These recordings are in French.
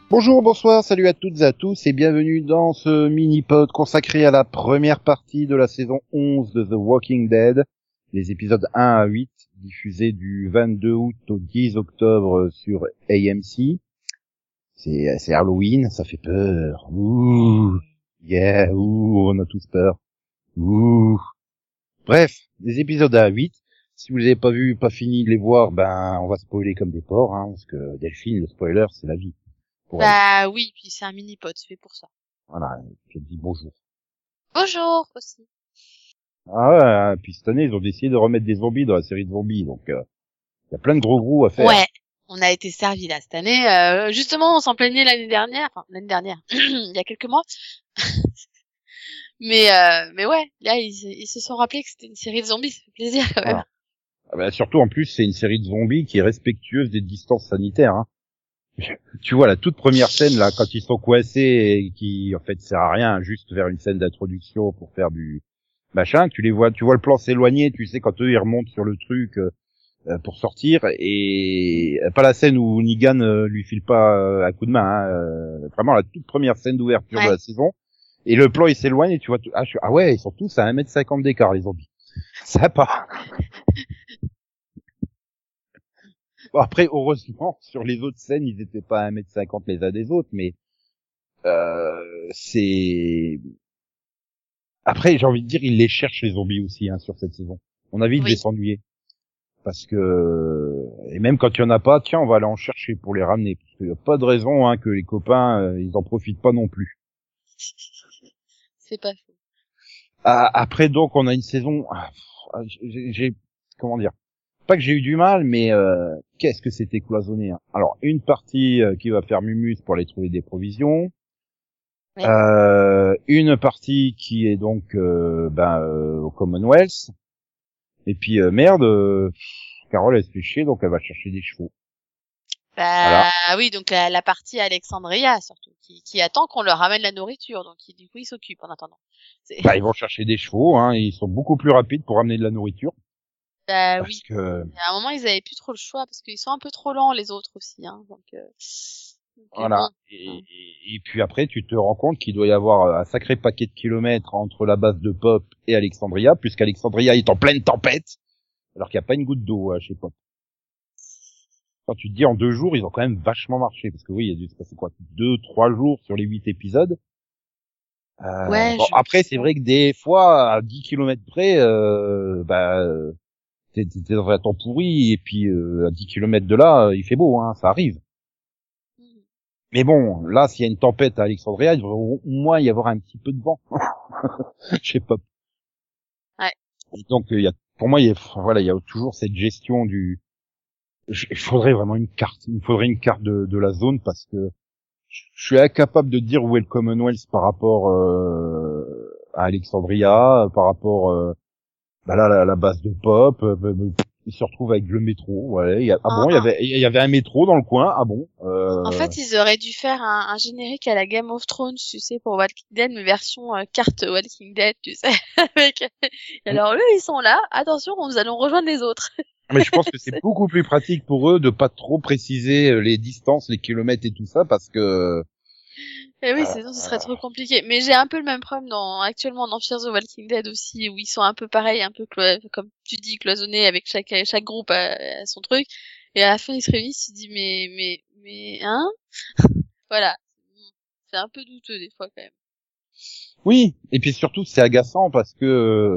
Bonjour, bonsoir, salut à toutes et à tous et bienvenue dans ce mini-pod consacré à la première partie de la saison 11 de The Walking Dead, les épisodes 1 à 8 diffusés du 22 août au 10 octobre sur AMC. C'est Halloween, ça fait peur. Ouh, yeah, ouh, on a tous peur. Ouh. Bref, les épisodes 1 à 8. Si vous les avez pas vus, pas fini de les voir, ben on va spoiler comme des porcs, hein, parce que Delphine, le spoiler, c'est la vie pour elle. Bah oui, puis c'est un mini-pod, c'est fait pour ça. Voilà, et puis elle dit bonjour. Bonjour aussi. Ah ouais, hein, puis cette année, ils ont décidé de remettre des zombies dans la série de zombies, donc il y a plein de gros à faire. Ouais, on a été servi là cette année. Justement, on s'en plaignait l'année dernière, il y a quelques mois. Mais ouais, là ils se sont rappelés que c'était une série de zombies, ça fait plaisir quand même. Voilà. Ah bah, surtout en plus, c'est une série de zombies qui est respectueuse des distances sanitaires. Hein. Tu vois la toute première scène là, quand ils sont coincés et qui en fait sert à rien, juste vers une scène d'introduction pour faire du machin. Tu vois le plan s'éloigner, tu sais quand eux ils remontent sur le truc. Pour sortir et pas la scène où Negan lui file pas un coup de main, hein, vraiment la toute première scène d'ouverture de Ouais. la saison et le plan il s'éloigne et tu vois ah ouais, ils sont tous à 1,50 m d'écart les zombies. Sympa. Bon, après heureusement sur les autres scènes ils étaient pas à 1,50 m les uns des autres, mais c'est après j'ai envie de dire ils les cherchent les zombies aussi, hein, sur cette saison. On a vite de Oui. s'ennuyer. Parce que et même quand il y en a pas, tiens, on va aller en chercher pour les ramener. Parce qu'il y a pas de raison hein, que les copains ils en profitent pas non plus. C'est pas faux. Ah, après donc on a une saison. J'ai comment dire, pas que j'ai eu du mal, mais qu'est-ce que c'était cloisonné. Hein. Alors une partie qui va faire Mumus pour aller trouver des provisions. Ouais. Une partie qui est donc au Commonwealth. Et puis merde, Carole elle se fait chier donc elle va chercher des chevaux. Voilà. Bah oui, donc la partie Alexandria surtout, qui attend qu'on leur ramène la nourriture, donc du coup ils s'occupent en attendant. C'est- Bah, ils vont chercher des chevaux, hein, et ils sont beaucoup plus rapides pour amener de la nourriture, Bah parce oui. que, À un moment ils avaient plus trop le choix parce qu'ils sont un peu trop lents les autres aussi, hein. Donc bon. voilà. Et puis après, tu te rends compte qu'il doit y avoir un sacré paquet de kilomètres entre la base de Pop et Alexandria, puisqu'Alexandria est en pleine tempête, alors qu'il n'y a pas une goutte d'eau chez Pop. Quand tu te dis en 2 jours, ils ont quand même vachement marché, parce que oui, il y a dû se passer quoi, 2, 3 jours sur les 8 épisodes. Ouais, Bon, je après, c'est vrai que des fois, à 10 kilomètres près, t'es dans un temps pourri, et puis à 10 kilomètres de là, il fait beau, hein, ça arrive. Mhm. Mais bon, là, s'il y a une tempête à Alexandria, il devrait au moins y avoir un petit peu de vent. Je sais pas. Ouais. Et donc, pour moi, il y a toujours cette gestion du. Il faudrait vraiment une carte. Il faudrait une carte de la zone parce que je suis incapable de dire où est le Commonwealth par rapport à Alexandria, par rapport là la base de Pop. Il se retrouve avec le métro. Ouais. Ah En, bon, en, il y avait un métro dans le coin. Ah bon. en fait, ils auraient dû faire un générique à la Game of Thrones, tu sais, pour Walking Dead, mais version carte Walking Dead, tu sais. Avec... Alors eux, ils sont là. Attention, nous allons rejoindre les autres. Mais je pense que c'est beaucoup plus pratique pour eux de pas trop préciser les distances, les kilomètres et tout ça, parce que Et oui, sinon ce serait euh, trop compliqué. Mais j'ai un peu le même problème actuellement dans Fear the Walking Dead aussi, où ils sont un peu pareils, un peu comme tu dis, cloisonnés avec chaque groupe à son truc. Et à la fin, ils se réunissent, ils se disent hein? Voilà. C'est un peu douteux des fois quand même. oui. Et puis surtout, c'est agaçant parce que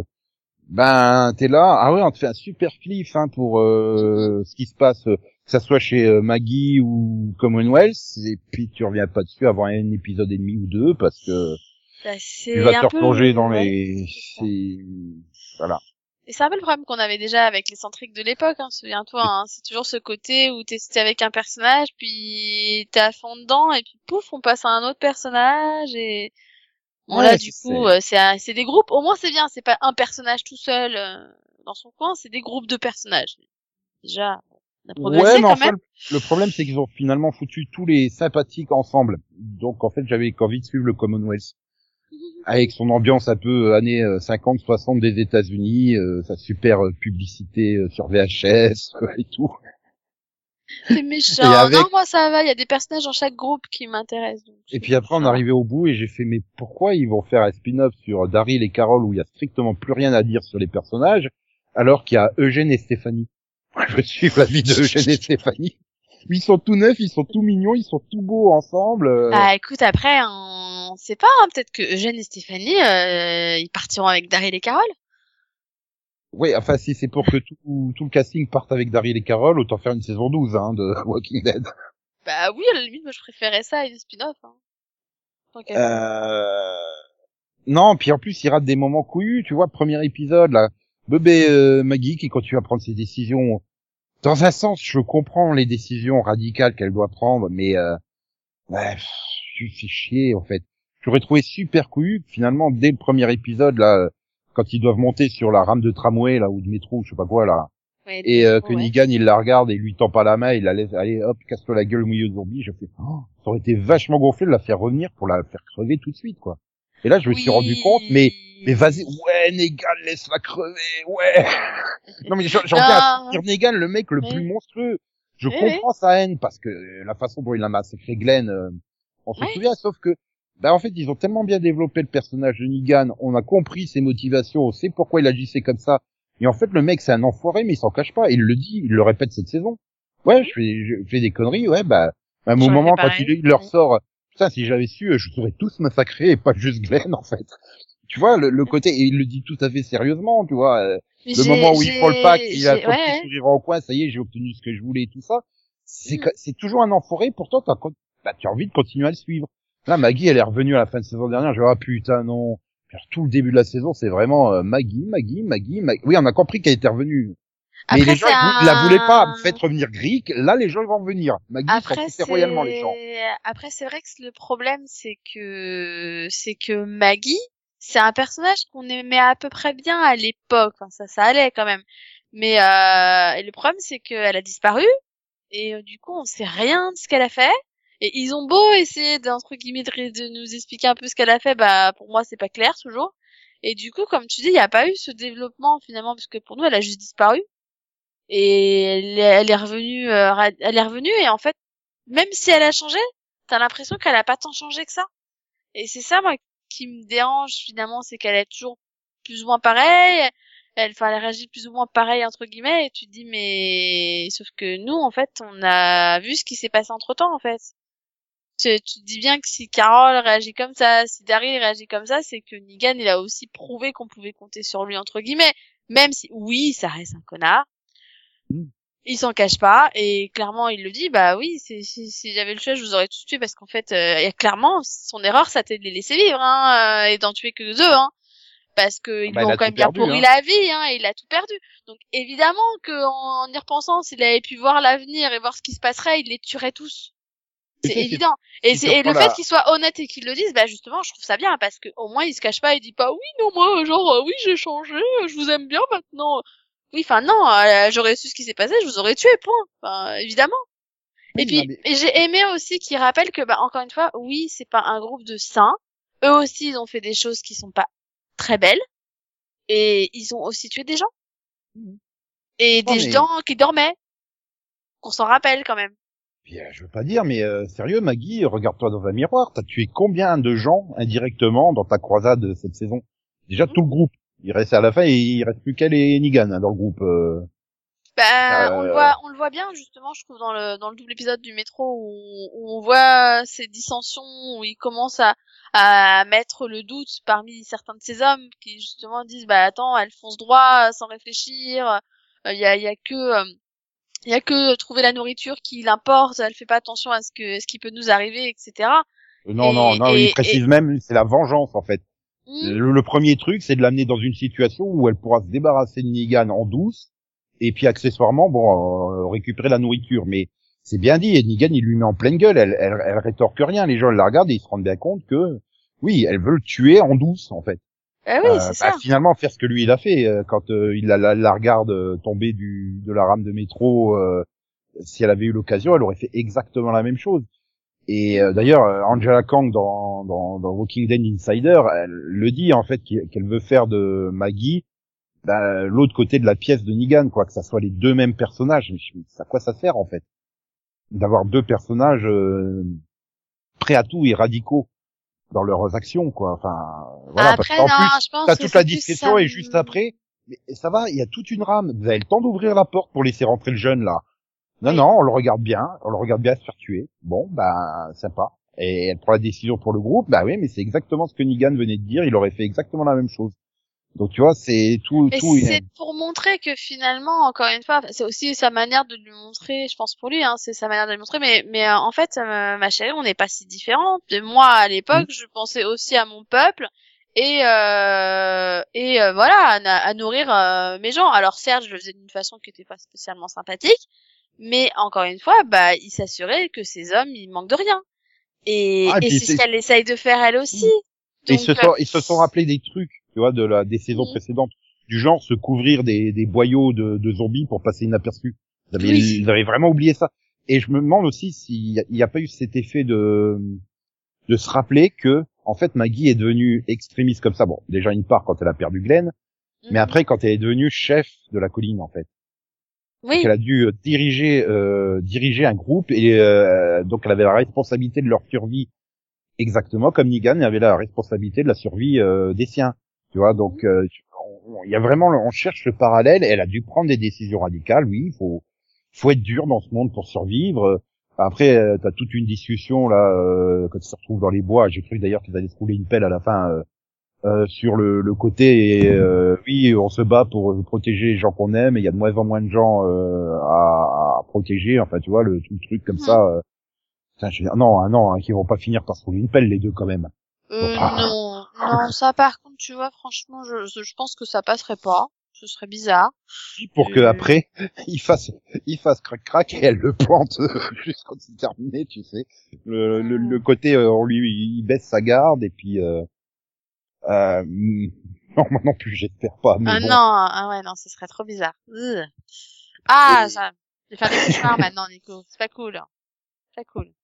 t'es là, ah ouais, on te fait un super cliff hein, pour Mhm. ce qui se passe, que ça soit chez Maggie ou Commonwealth, et puis tu reviens pas dessus avant un épisode et demi ou deux parce que Bah, tu c'est vas un te replonger peu, dans ouais, les, c'est ça. c'est voilà. Et c'est un peu le problème qu'on avait déjà avec les centriques de l'époque, hein, souviens-toi, hein. C'est toujours ce côté où t'es avec un personnage, puis t'es à fond dedans, et puis pouf, on passe à un autre personnage, et bon là, Ouais, du coup, c'est des groupes. Au moins, c'est bien, c'est pas un personnage tout seul dans son coin, c'est des groupes de personnages. Déjà, on a ouais, progressé mais quand enfin même. le problème c'est qu'ils ont finalement foutu tous les sympathiques ensemble. Donc en fait, j'avais envie de suivre le Commonwealth. Avec son ambiance un peu années 50-60 des États-Unis, sa super publicité sur VHS et tout. C'est méchant. Et avec, Non, moi ça va, il y a des personnages dans chaque groupe qui m'intéressent. Donc et puis après on est arrivé au bout et j'ai fait mais pourquoi ils vont faire un spin-off sur Daryl et Carol où il y a strictement plus rien à dire sur les personnages alors qu'il y a Eugène et Stéphanie. Je veux suivre la vie de Eugène et Stéphanie. Ils sont tout neufs, ils sont tout mignons, ils sont tout beaux ensemble. Bah écoute, après, on sait pas, hein, peut-être que Eugène et Stéphanie, ils partiront avec Daryl et Carol. Ouais, enfin si c'est pour que tout le casting parte avec Daryl et Carol, autant faire une saison 12 hein, de Walking Dead. Bah oui, à la limite, moi je préférais ça à une spin-off. Hein, tant qu'à faire. Non, puis en plus il rate des moments couillus, tu vois, premier épisode là, bébé Maggie qui continue à prendre ses décisions. Dans un sens, je comprends les décisions radicales qu'elle doit prendre, mais ouais, tu fais chier en fait. J'aurais trouvé super couillu que, finalement dès le premier épisode là, quand ils doivent monter sur la rame de tramway là ou de métro, je sais pas quoi là, Ouais, et que ouais. Negan il la regarde et lui tend pas la main, il la laisse allez hop casse-toi la gueule mouilleux de zombie. Je fais ça aurait été vachement gonflé de la faire revenir pour la faire crever tout de suite quoi. Et là je me suis rendu compte mais vas-y ouais Negan laisse-la crever ouais. Non mais j'en viens à soutenir Negan le mec le plus monstrueux. Je comprends sa haine parce que la façon dont il a massacré Glenn on se souvient sauf que bah en fait ils ont tellement bien développé le personnage de Negan, on a compris ses motivations, on sait pourquoi il agissait comme ça. Et en fait, le mec, c'est un enfoiré, mais il s'en cache pas. Il le dit, il le répète cette saison. Ouais, je fais des conneries, ouais, bah, à un moment, quand il leur sort, putain, si j'avais su, je saurais tous massacrer et pas juste Glenn, en fait. Tu vois, le côté, et il le dit tout à fait sérieusement, tu vois, le moment où il prend le pack, il a son petit sourire en coin, ça y est, j'ai obtenu ce que je voulais et tout ça. C'est toujours un enfoiré, pourtant, tu as envie de continuer à le suivre. Là, Maggie, elle est revenue à la fin de saison dernière, je dis, ah, putain, non. Tout le début de la saison, c'est vraiment Maggie. Oui, on a compris qu'elle était revenue. Mais Après, les gens, ils la voulaient pas. Faites revenir Greek. Là, les gens, ils vont venir. Maggie, ils s'en foutaient royalement, les gens. Après, c'est vrai que le problème, c'est que Maggie, c'est un personnage qu'on aimait à peu près bien à l'époque. Enfin, ça allait quand même. Mais et le problème, c'est qu'elle a disparu. Et du coup, on sait rien de ce qu'elle a fait. Et ils ont beau essayer d'entre guillemets de nous expliquer un peu ce qu'elle a fait, bah pour moi c'est pas clair toujours. Et du coup, comme tu dis, il n'y a pas eu ce développement finalement, parce que pour nous elle a juste disparu. Et elle est revenue, elle est revenue et en fait, même si elle a changé, t'as l'impression qu'elle a pas tant changé que ça. Et c'est ça moi qui me dérange finalement, c'est qu'elle est toujours plus ou moins pareille. Elle réagit plus ou moins pareil entre guillemets et tu te dis mais sauf que nous en fait on a vu ce qui s'est passé entre temps en fait. Tu te dis bien que si Carol réagit comme ça, si Daryl réagit comme ça, c'est que Negan, il a aussi prouvé qu'on pouvait compter sur lui, entre guillemets. Même si, oui, ça reste un connard. Il s'en cache pas, et clairement, il le dit, bah oui, si j'avais le choix, je vous aurais tous tué, parce qu'en fait, clairement, son erreur, ça c'était de les laisser vivre, hein, et d'en tuer que deux, hein. Parce que ils lui ont quand même bien pourri la vie, hein, et il a tout perdu. Donc, évidemment que, en y repensant, s'il avait pu voir l'avenir et voir ce qui se passerait, il les tuerait tous. C'est évident. Et le fait qu'il soit honnête et qu'il le dise, bah justement, je trouve ça bien parce que au moins il se cache pas et dit pas oui non moi genre oui j'ai changé, je vous aime bien maintenant. Oui, enfin non, j'aurais su ce qui s'est passé, je vous aurais tué point. Enfin évidemment. Oui, et puis et j'ai aimé aussi qu'il rappelle que bah encore une fois, oui, c'est pas un groupe de saints. Eux aussi ils ont fait des choses qui sont pas très belles et ils ont aussi tué des gens. Et des gens qui dormaient. Qu'on s'en rappelle quand même. Puis, je veux pas dire, mais sérieux, Maggie, regarde-toi dans un miroir. T'as tué combien de gens indirectement dans ta croisade cette saison? Déjà tout le groupe. Il reste à la fin, et il reste plus qu'elle et Negan dans le groupe. On le voit bien justement, je trouve dans le double épisode du métro où on voit ces dissensions où il commence à mettre le doute parmi certains de ces hommes qui justement disent bah attends, elle fonce droit sans réfléchir. Il y a que trouver la nourriture qui l'importe, elle fait pas attention à ce qui peut nous arriver, etc. Non, il précise même, c'est la vengeance, en fait. Le premier truc, c'est de l'amener dans une situation où elle pourra se débarrasser de Negan en douce, et puis accessoirement, récupérer la nourriture. Mais c'est bien dit, et Negan, il lui met en pleine gueule, elle rétorque rien, les gens la regardent et ils se rendent bien compte que, oui, elle veut le tuer en douce, en fait. Ah oui, c'est ça. Finalement, faire ce que lui il a fait quand il la regarde tomber de la rame de métro, si elle avait eu l'occasion, elle aurait fait exactement la même chose. Et d'ailleurs, Angela Kang dans Walking Dead Insider, elle le dit en fait qu'elle veut faire de Maggie l'autre côté de la pièce de Negan, quoi, que ça soit les deux mêmes personnages. Mais à quoi ça sert en fait? d'avoir deux personnages prêts à tout et radicaux dans leurs actions, quoi. Enfin, voilà, parce Après, qu'en non, plus, je pense t'as que toute c'est la plus discussion ça. et juste après, mais ça va, il y a toute une rame. Vous avez le temps d'ouvrir la porte pour laisser rentrer le jeune, là. Non, Oui. non, on le regarde bien se faire tuer. Bon, bah, sympa. Et elle prend la décision pour le groupe. Bah oui, mais c'est exactement ce que Negan venait de dire. Il aurait fait exactement la même chose. Donc tu vois, c'est tout, Mais tout. c'est pour montrer que finalement, encore une fois, c'est aussi sa manière de lui montrer, je pense pour lui, hein, c'est sa manière de lui montrer, mais en fait, ma chérie, on n'est pas si différentes. Et moi, à l'époque, je pensais aussi à mon peuple et voilà, à nourrir mes gens. Alors certes, je le faisais d'une façon qui n'était pas spécialement sympathique, mais encore une fois, bah, il s'assurait que ces hommes, ils manquent de rien. Ah, et Et puis c'est ce qu'elle essaye de faire elle aussi. et Donc, ils se sont rappelés des trucs, tu vois, des saisons mm, précédentes, du genre se couvrir des boyaux de zombies pour passer inaperçu. oui. Ils avaient vraiment oublié ça. Et je me demande aussi s'il y a pas eu cet effet de se rappeler que, en fait, Maggie est devenue extrémiste comme ça. Bon, déjà une part quand elle a perdu Glenn, mais Mhm. après quand elle est devenue chef de la colline, en fait. Donc elle Oui. a dû diriger un groupe et donc elle avait la responsabilité de leur survie exactement comme Negan avait la responsabilité de la survie des siens. Tu vois, donc il y a vraiment on cherche le parallèle. Elle a dû prendre des décisions radicales. Oui, il faut être dur dans ce monde pour survivre. Après, t'as toute une discussion là quand ils se retrouvent dans les bois. J'ai cru d'ailleurs qu'ils allaient se rouler une pelle à la fin sur le côté. Oui, on se bat pour protéger les gens qu'on aime. Et il y a de moins en moins de gens à protéger. Enfin, tu vois, tout le truc comme Mhm. ça. Putain, je veux dire, non, non, hein, qu'ils vont pas finir par se rouler une pelle les deux quand même. Ils vont pas. Non, non, ça par contre, tu vois, franchement, je pense que ça passerait pas. Ce serait bizarre. Pour que Euh, après il fasse crac crac et elle le plante juste quand c'est terminé, tu sais. Le côté on lui il baisse sa garde et puis non moi non plus j'espère pas mais Ah non, bon. ah ouais, non, ce serait trop bizarre. Ah, Et, ça, je vais faire des cauchemars maintenant, Nico. C'est pas cool. C'est pas cool.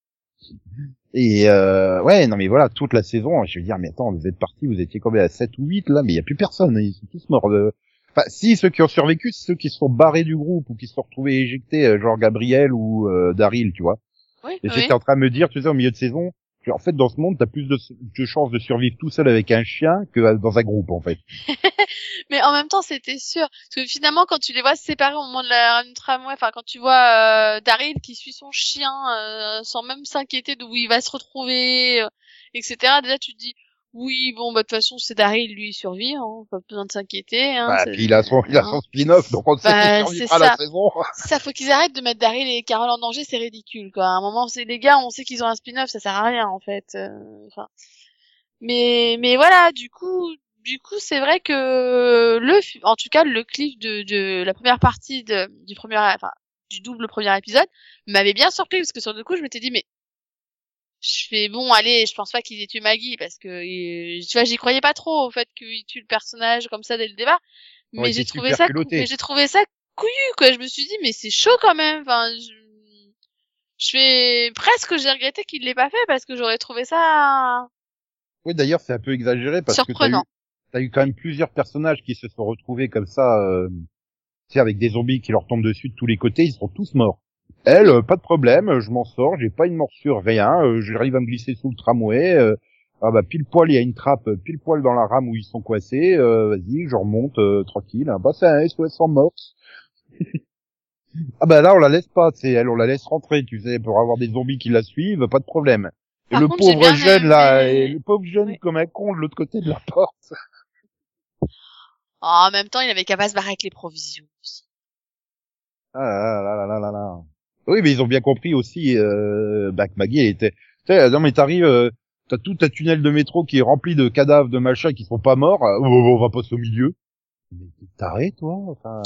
ouais non mais voilà toute la saison je veux dire mais attends vous êtes partis vous étiez combien à 7 ou 8 là mais il y a plus personne ils sont tous morts de. Enfin si ceux qui ont survécu c'est ceux qui se sont barrés du groupe ou qui se sont retrouvés éjectés genre Gabriel ou Daryl tu vois. Oui, Et oui. j'étais en train de me dire, tu sais, au milieu de saison, que, en fait, dans ce monde, t'as plus de chances de survivre tout seul avec un chien que dans un groupe, en fait. Mais en même temps, c'était sûr. Parce que finalement, quand tu les vois se séparer au moment de la du tramway, enfin, quand tu vois Daryl qui suit son chien sans même s'inquiéter d'où il va se retrouver, etc. Déjà, tu te dis, oui, bon, bah de toute façon, c'est Daryl, lui, il survit, hein, pas besoin de s'inquiéter. Hein, Bah, puis il a hein. son spin-off, donc on sait qu'il Bah, c'est survivra à la ça. saison. C'est ça, faut qu'ils arrêtent de mettre Daryl et Carol en danger, c'est ridicule, quoi. À un moment, c'est les gars, on sait qu'ils ont un spin-off, ça sert à rien, en fait. Enfin, mais voilà, du coup, c'est vrai que en tout cas, le clip de la première partie du premier, enfin, du double premier épisode m'avait bien surpris parce que sur le coup, je m'étais dit, mais je fais bon, allez, je pense pas qu'ils aient tué Maggie parce que, tu vois, j'y croyais pas trop au fait qu'ils tuent le personnage comme ça dès le départ. On Mais était j'ai trouvé super ça, mais culottés. j'ai trouvé ça couillu, quoi. Je me suis dit, mais c'est chaud quand même. Enfin, je fais presque, j'ai regretté qu'il l'ait pas fait parce que j'aurais trouvé ça Oui, d'ailleurs, c'est un peu exagéré parce que surprenant. t'as eu quand même plusieurs personnages qui se sont retrouvés comme ça, tu sais, avec des zombies qui leur tombent dessus de tous les côtés, ils sont tous morts. Elle, Mhm. pas de problème, je m'en sors, j'ai pas une morsure, rien, j'arrive à me glisser sous le tramway, ah bah pile poil il y a une trappe, pile poil dans la rame où ils sont coincés, vas-y, je remonte tranquille, bah c'est un SOS en morse. Ah bah là on la laisse pas, tu sais, elle on la laisse rentrer, tu sais, pour avoir des zombies qui la suivent, pas de problème. Et Par le contre, j'ai pauvre bien jeune là, et aimé. le pauvre jeune Oui. comme un con de l'autre côté de la porte. En même temps, il avait qu'à pas se barrer avec les provisions aussi. Ah là là là là là là. Oui, mais ils ont bien compris aussi bah, que Maggie elle était. Tu sais, non mais t'arrives, t'as tout un tunnel de métro qui est rempli de cadavres de machins qui sont pas morts. On va passer au milieu. Mais t'es taré toi. Enfin.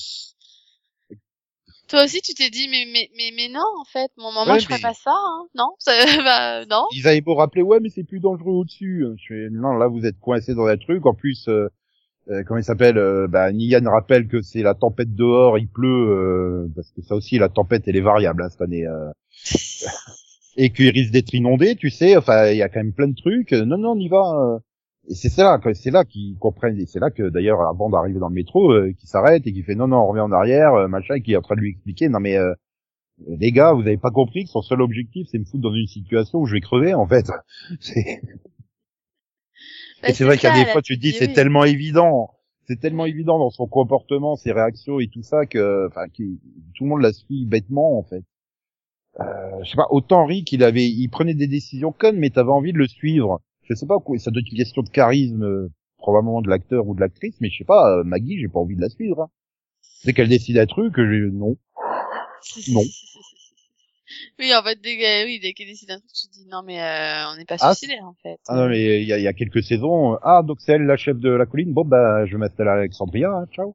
Toi aussi, tu t'es dit, mais non, en fait, moi, Ouais, je ferais mais pas ça, hein. Non, ça, bah, non. ils avaient beau rappeler, ouais, mais c'est plus dangereux au-dessus. Je fais, non, là vous êtes coincé dans un truc. En plus, comment il s'appelle bah, Negan rappelle que c'est la tempête dehors, il pleut parce que ça aussi la tempête elle est variable hein, cette année. Et qu'il risque d'être inondé, tu sais, enfin, il y a quand même plein de trucs. Non, non, on y va. Et c'est là qu'ils comprennent, et c'est là que d'ailleurs, avant d'arriver dans le métro, qu'il s'arrête et qu'il fait non, non, on revient en arrière, machin, et qui est en train de lui expliquer, non mais les gars, vous avez pas compris que son seul objectif, c'est me foutre dans une situation où je vais crever, en fait. C'est... Et c'est vrai qu'à des fois, tu te dis, c'est tellement évident. C'est tellement évident dans son comportement, ses réactions et tout ça que, enfin, tout le monde la suit bêtement, en fait. Je sais pas, autant Rick, il prenait des décisions connes, mais t'avais envie de le suivre. Je sais pas, ça doit être une question de charisme, probablement de l'acteur ou de l'actrice, mais je sais pas, Maggie, j'ai pas envie de la suivre. Hein. Dès qu'elle décide un truc, non. Non. Oui, en fait, dès qu'elle décide un truc, tu te dis, non, mais, on n'est pas suicidaire, en fait. Ah non, mais il y a quelques saisons, donc c'est elle, la chef de la colline, bon, bah, je vais m'installer à Alexandria, hein, ciao.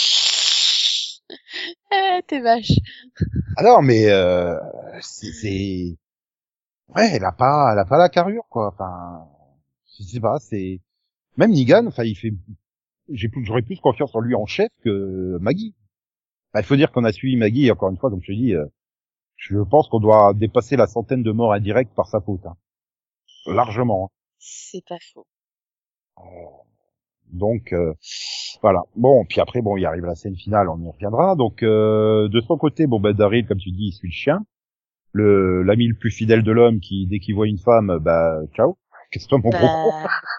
T'es vache. Ah non, mais, c'est, ouais, elle a pas la carrure, quoi, enfin, je sais pas, c'est, même Negan, enfin, j'aurais plus confiance en lui en chef que Maggie. Bah, il faut dire qu'on a suivi Maggie, encore une fois, comme je te dis, je pense qu'on doit dépasser la centaine de morts indirectes par sa faute, hein. Largement. Hein. C'est pas faux. Donc, voilà. Bon, puis après, bon, il arrive la scène finale, on y reviendra. Donc, de son côté, bon, bah, Daryl, comme tu dis, il suit le chien. L'ami le plus fidèle de l'homme qui, dès qu'il voit une femme, bah, ciao. Qu'est-ce que mon gros?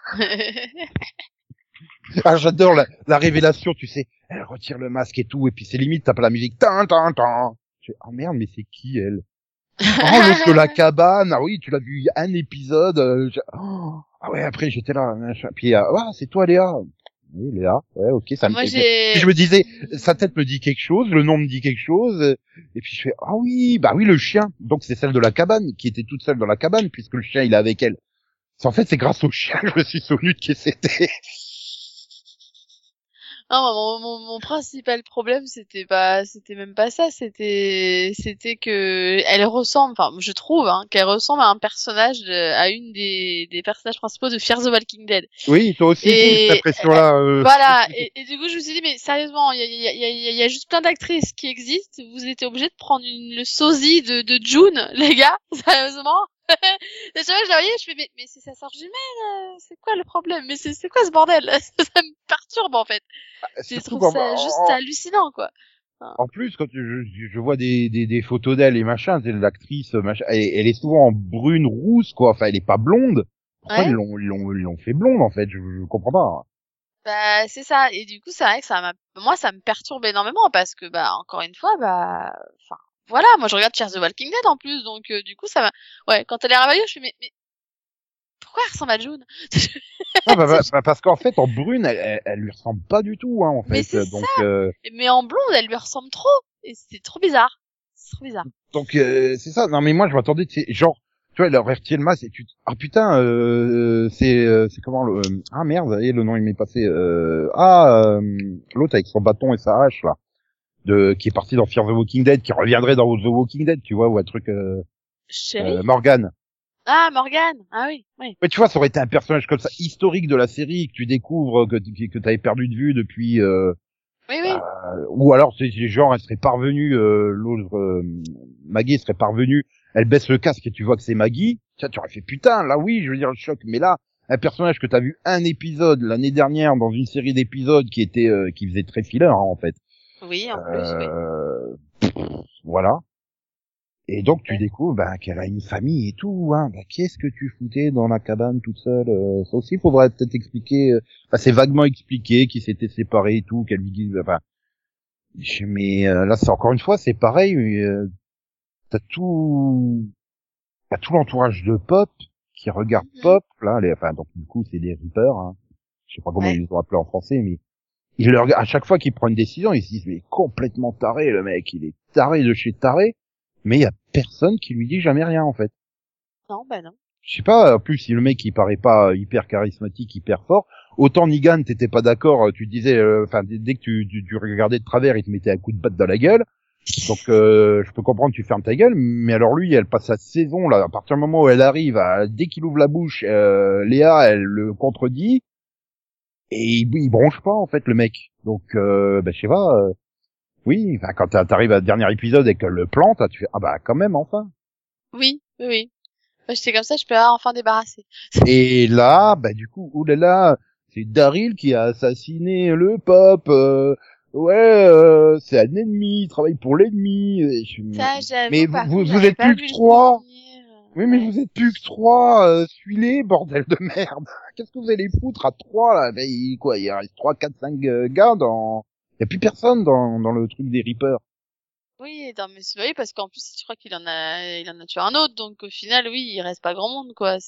Ah, j'adore la révélation, tu sais. Elle retire le masque et tout, et puis c'est limite, tape la musique. Tin, tin, tin. Oh merde, mais c'est qui, elle? Oh, l'autre de la cabane. Ah oui, tu l'as vu un épisode. Ah ouais, après, j'étais là. Puis, c'est toi, Léa. Oui, Léa. Ouais, ok, ça me Moi, Puis je me disais, sa tête me dit quelque chose, le nom me dit quelque chose. Et puis je fais, ah oui, bah oui, le chien. Donc c'est celle de la cabane, qui était toute seule dans la cabane, puisque le chien, il est avec elle. En fait, c'est grâce au chien que je me suis souvenu de qui c'était. Non, mon principal problème, c'était même pas ça, c'était que elle ressemble, enfin, je trouve, hein, qu'elle ressemble à un personnage, à une des personnages principaux de Fear the Walking Dead. Oui, toi aussi, cette impression-là. Voilà. Et du coup, je me suis dit, mais sérieusement, il y a juste plein d'actrices qui existent, vous étiez obligés de prendre le sosie de June, les gars, sérieusement. Et je la voyais, je fais, mais c'est sa sœur jumelle, c'est quoi le problème? Mais c'est quoi ce bordel? Ça me perturbe, en fait. Je trouve ça juste hallucinant, quoi. En plus, quand je vois des photos d'elle et machin, c'est l'actrice, machin, elle est souvent en brune rousse, quoi. Enfin, elle est pas blonde. Pourquoi ils l'ont fait blonde, en fait? Je comprends pas. Bah, c'est ça. Et du coup, c'est vrai que moi, ça me perturbe énormément parce que, bah, encore une fois, bah, enfin, voilà, moi, je regarde Fear the Walking Dead en plus, donc, du coup, ouais, quand elle est réveillée, je fais, mais, pourquoi elle ressemble à June? Parce qu'en fait, en brune, elle lui ressemble pas du tout, hein, en fait. Mais c'est donc, ça. Mais en blonde, elle lui ressemble trop. Et c'est trop bizarre. C'est trop bizarre. Donc, c'est ça. Non, mais moi, je m'attendais, genre, tu vois, elle aurait retiré le masque et ah putain, c'est comment ah merde, et le nom il m'est passé, l'autre avec son bâton et sa hache, là, qui est parti dans Fear the Walking Dead, qui reviendrait dans The Walking Dead, tu vois, ou un truc, Morgan. Ah, Morgan. Ah oui, oui. Ouais, tu vois, ça aurait été un personnage comme ça, historique de la série, que tu découvres, que t'avais perdu de vue depuis, oui, oui. Ou alors, c'est genre, elle serait parvenue, Maggie serait parvenue, elle baisse le casque et tu vois que c'est Maggie. Tu aurais fait putain, là oui, je veux dire le choc. Mais là, un personnage que t'as vu un épisode l'année dernière dans une série d'épisodes qui faisait très filler, hein, en fait. Oui, en plus, oui. Voilà. Et donc tu découvres qu'elle a une famille et tout, hein. Qu'est-ce que tu foutais dans la cabane toute seule? Ça aussi, faudrait peut-être expliquer. C'est vaguement expliqué qu'ils s'étaient séparés et tout, qu'elle lui dit. Mais là, c'est encore une fois, c'est pareil. T'as tout l'entourage de Pop qui regarde Pop. Là, donc du coup, c'est des Reapers. Hein. Je sais pas comment ils les ont appelés en français, mais à chaque fois qu'il prend une décision, ils se disent mais il est complètement taré le mec, il est taré de chez taré. Mais il y a personne qui lui dit jamais rien, en fait. Non, non. Je sais pas, en plus, si le mec, il paraît pas hyper charismatique, hyper fort, autant Negan, t'étais pas d'accord, tu disais, dès que tu regardais de travers, il te mettait un coup de batte dans la gueule. Donc, je peux comprendre, tu fermes ta gueule, mais alors lui, elle passe sa saison, là, à partir du moment où elle arrive, dès qu'il ouvre la bouche, Léa, elle le contredit, et il bronche pas, en fait, le mec. Donc, je sais pas, oui, quand t'arrives à le dernier épisode et qu'elle le plante, tu fais, quand même, enfin. Oui. C'est comme ça, je peux enfin débarrasser. Et là, du coup, oulala, c'est Daryl qui a assassiné le Pop, ouais, c'est un ennemi, il travaille pour l'ennemi. Ça, Mais j'avoue, par vous, contre, vous j'avais êtes pas plus vu que le trois. venir. Oui, mais Ouais. vous êtes plus que trois, suis-les, bordel de merde. Qu'est-ce que vous allez foutre à trois, là? Ben, il reste 3, 4, 5 gars y a plus personne dans le truc des Reapers. Oui, non, mais oui, parce qu'en plus, je crois il en a tué un autre, donc au final, oui, il reste pas grand monde, quoi.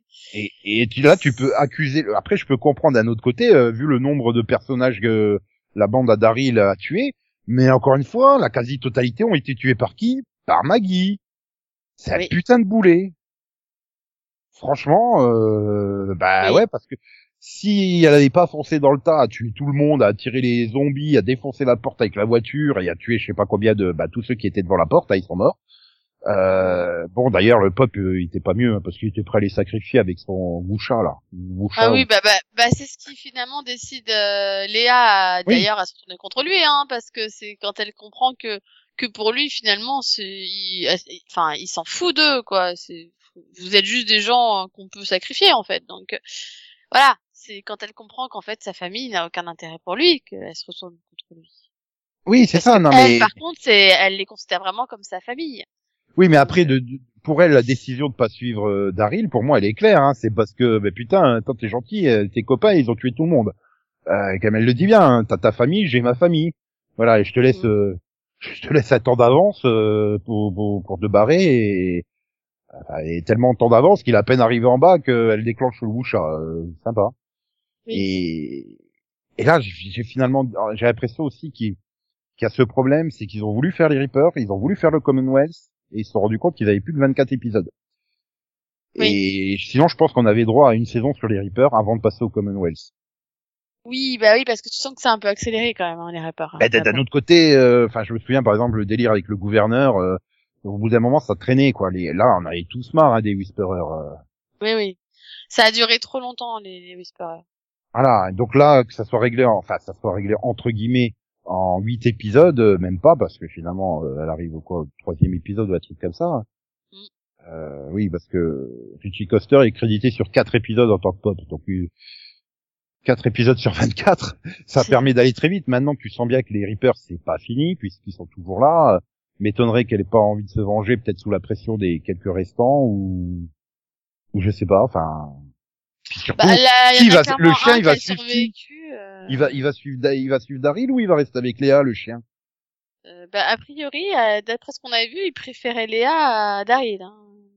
Là, tu peux accuser, après, je peux comprendre d'un autre côté, vu le nombre de personnages que la bande à Daryl a tués, mais encore une fois, la quasi-totalité ont été tués par qui? Par Maggie. C'est un Oui, putain de boulet. Franchement, bah oui. ouais, parce que si elle avait pas foncé dans le tas, à tuer tout le monde, à tirer les zombies, à défoncer la porte avec la voiture et à tuer je sais pas combien de, bah tous ceux qui étaient devant la porte, ils sont morts. Mm. Bon, d'ailleurs, le pop, il était pas mieux, hein, parce qu'il était prêt à les sacrifier avec son Wusha, là. Ah Wusha, oui, bah, c'est ce qui finalement décide Léa, oui, d'ailleurs, à se retourner contre lui, hein, parce que c'est quand elle comprend que pour lui, finalement, enfin, il s'en fout d'eux, quoi. Vous êtes juste des gens qu'on peut sacrifier, en fait. Donc, voilà. C'est quand elle comprend qu'en fait, sa famille n'a aucun intérêt pour lui, qu'elle se retourne contre lui. oui, c'est Parce que ça, non, elle, mais, par contre, elle les considère vraiment comme sa famille. oui, mais Donc, après, pour elle, la décision de pas suivre Daryl, pour moi, elle est claire, hein, c'est parce que, bah putain, tant t'es gentil, tes copains, ils ont tué tout le monde. Comme elle le dit bien, hein, t'as ta famille, j'ai ma famille. Voilà, et mm, je te laisse un temps d'avance pour te barrer et tellement de temps d'avance qu'il a à peine arrivé en bas qu'elle déclenche le Wusha. Sympa. oui. Et, et là, j'ai finalement, j'ai l'impression aussi qu'il y a ce problème, c'est qu'ils ont voulu faire les Reapers, ils ont voulu faire le Commonwealth et ils se sont rendus compte qu'ils avaient plus que 24 épisodes. Oui. Et sinon, je pense qu'on avait droit à une saison sur les Reapers avant de passer au Commonwealth. Oui, bah oui, parce que tu sens que c'est un peu accéléré quand même, hein, les rappeurs, Ben, hein, là, d'un pour le autre côté, enfin, je me souviens par exemple le délire avec le gouverneur. Au bout d'un moment, ça traînait quoi. Là, on avait tous marre hein, des Whisperers. Oui, oui. Ça a duré trop longtemps, les Whisperers. Voilà. Donc là, que ça soit réglé, enfin, ça soit réglé entre guillemets en 8 épisodes, même pas parce que finalement, elle arrive au quoi, au troisième épisode ou un truc comme ça. Mm. Oui, parce que Richie Coster est crédité sur 4 épisodes en tant que pop. Donc 4 épisodes sur 24, ça permet d'aller très vite. Maintenant, tu sens bien que les Reapers, c'est pas fini, puisqu'ils sont toujours là. M'étonnerait qu'elle ait pas envie de se venger, peut-être sous la pression des quelques restants, ou je sais pas, enfin. Puis Bah surtout, là, il y en a le clairement chien, un il qui va a suivre qui? survécu. Il va suivre Daryl ou il va rester avec Léa, le chien? Bah a priori, d'après ce qu'on a vu, il préférait Léa à Daryl. Hein.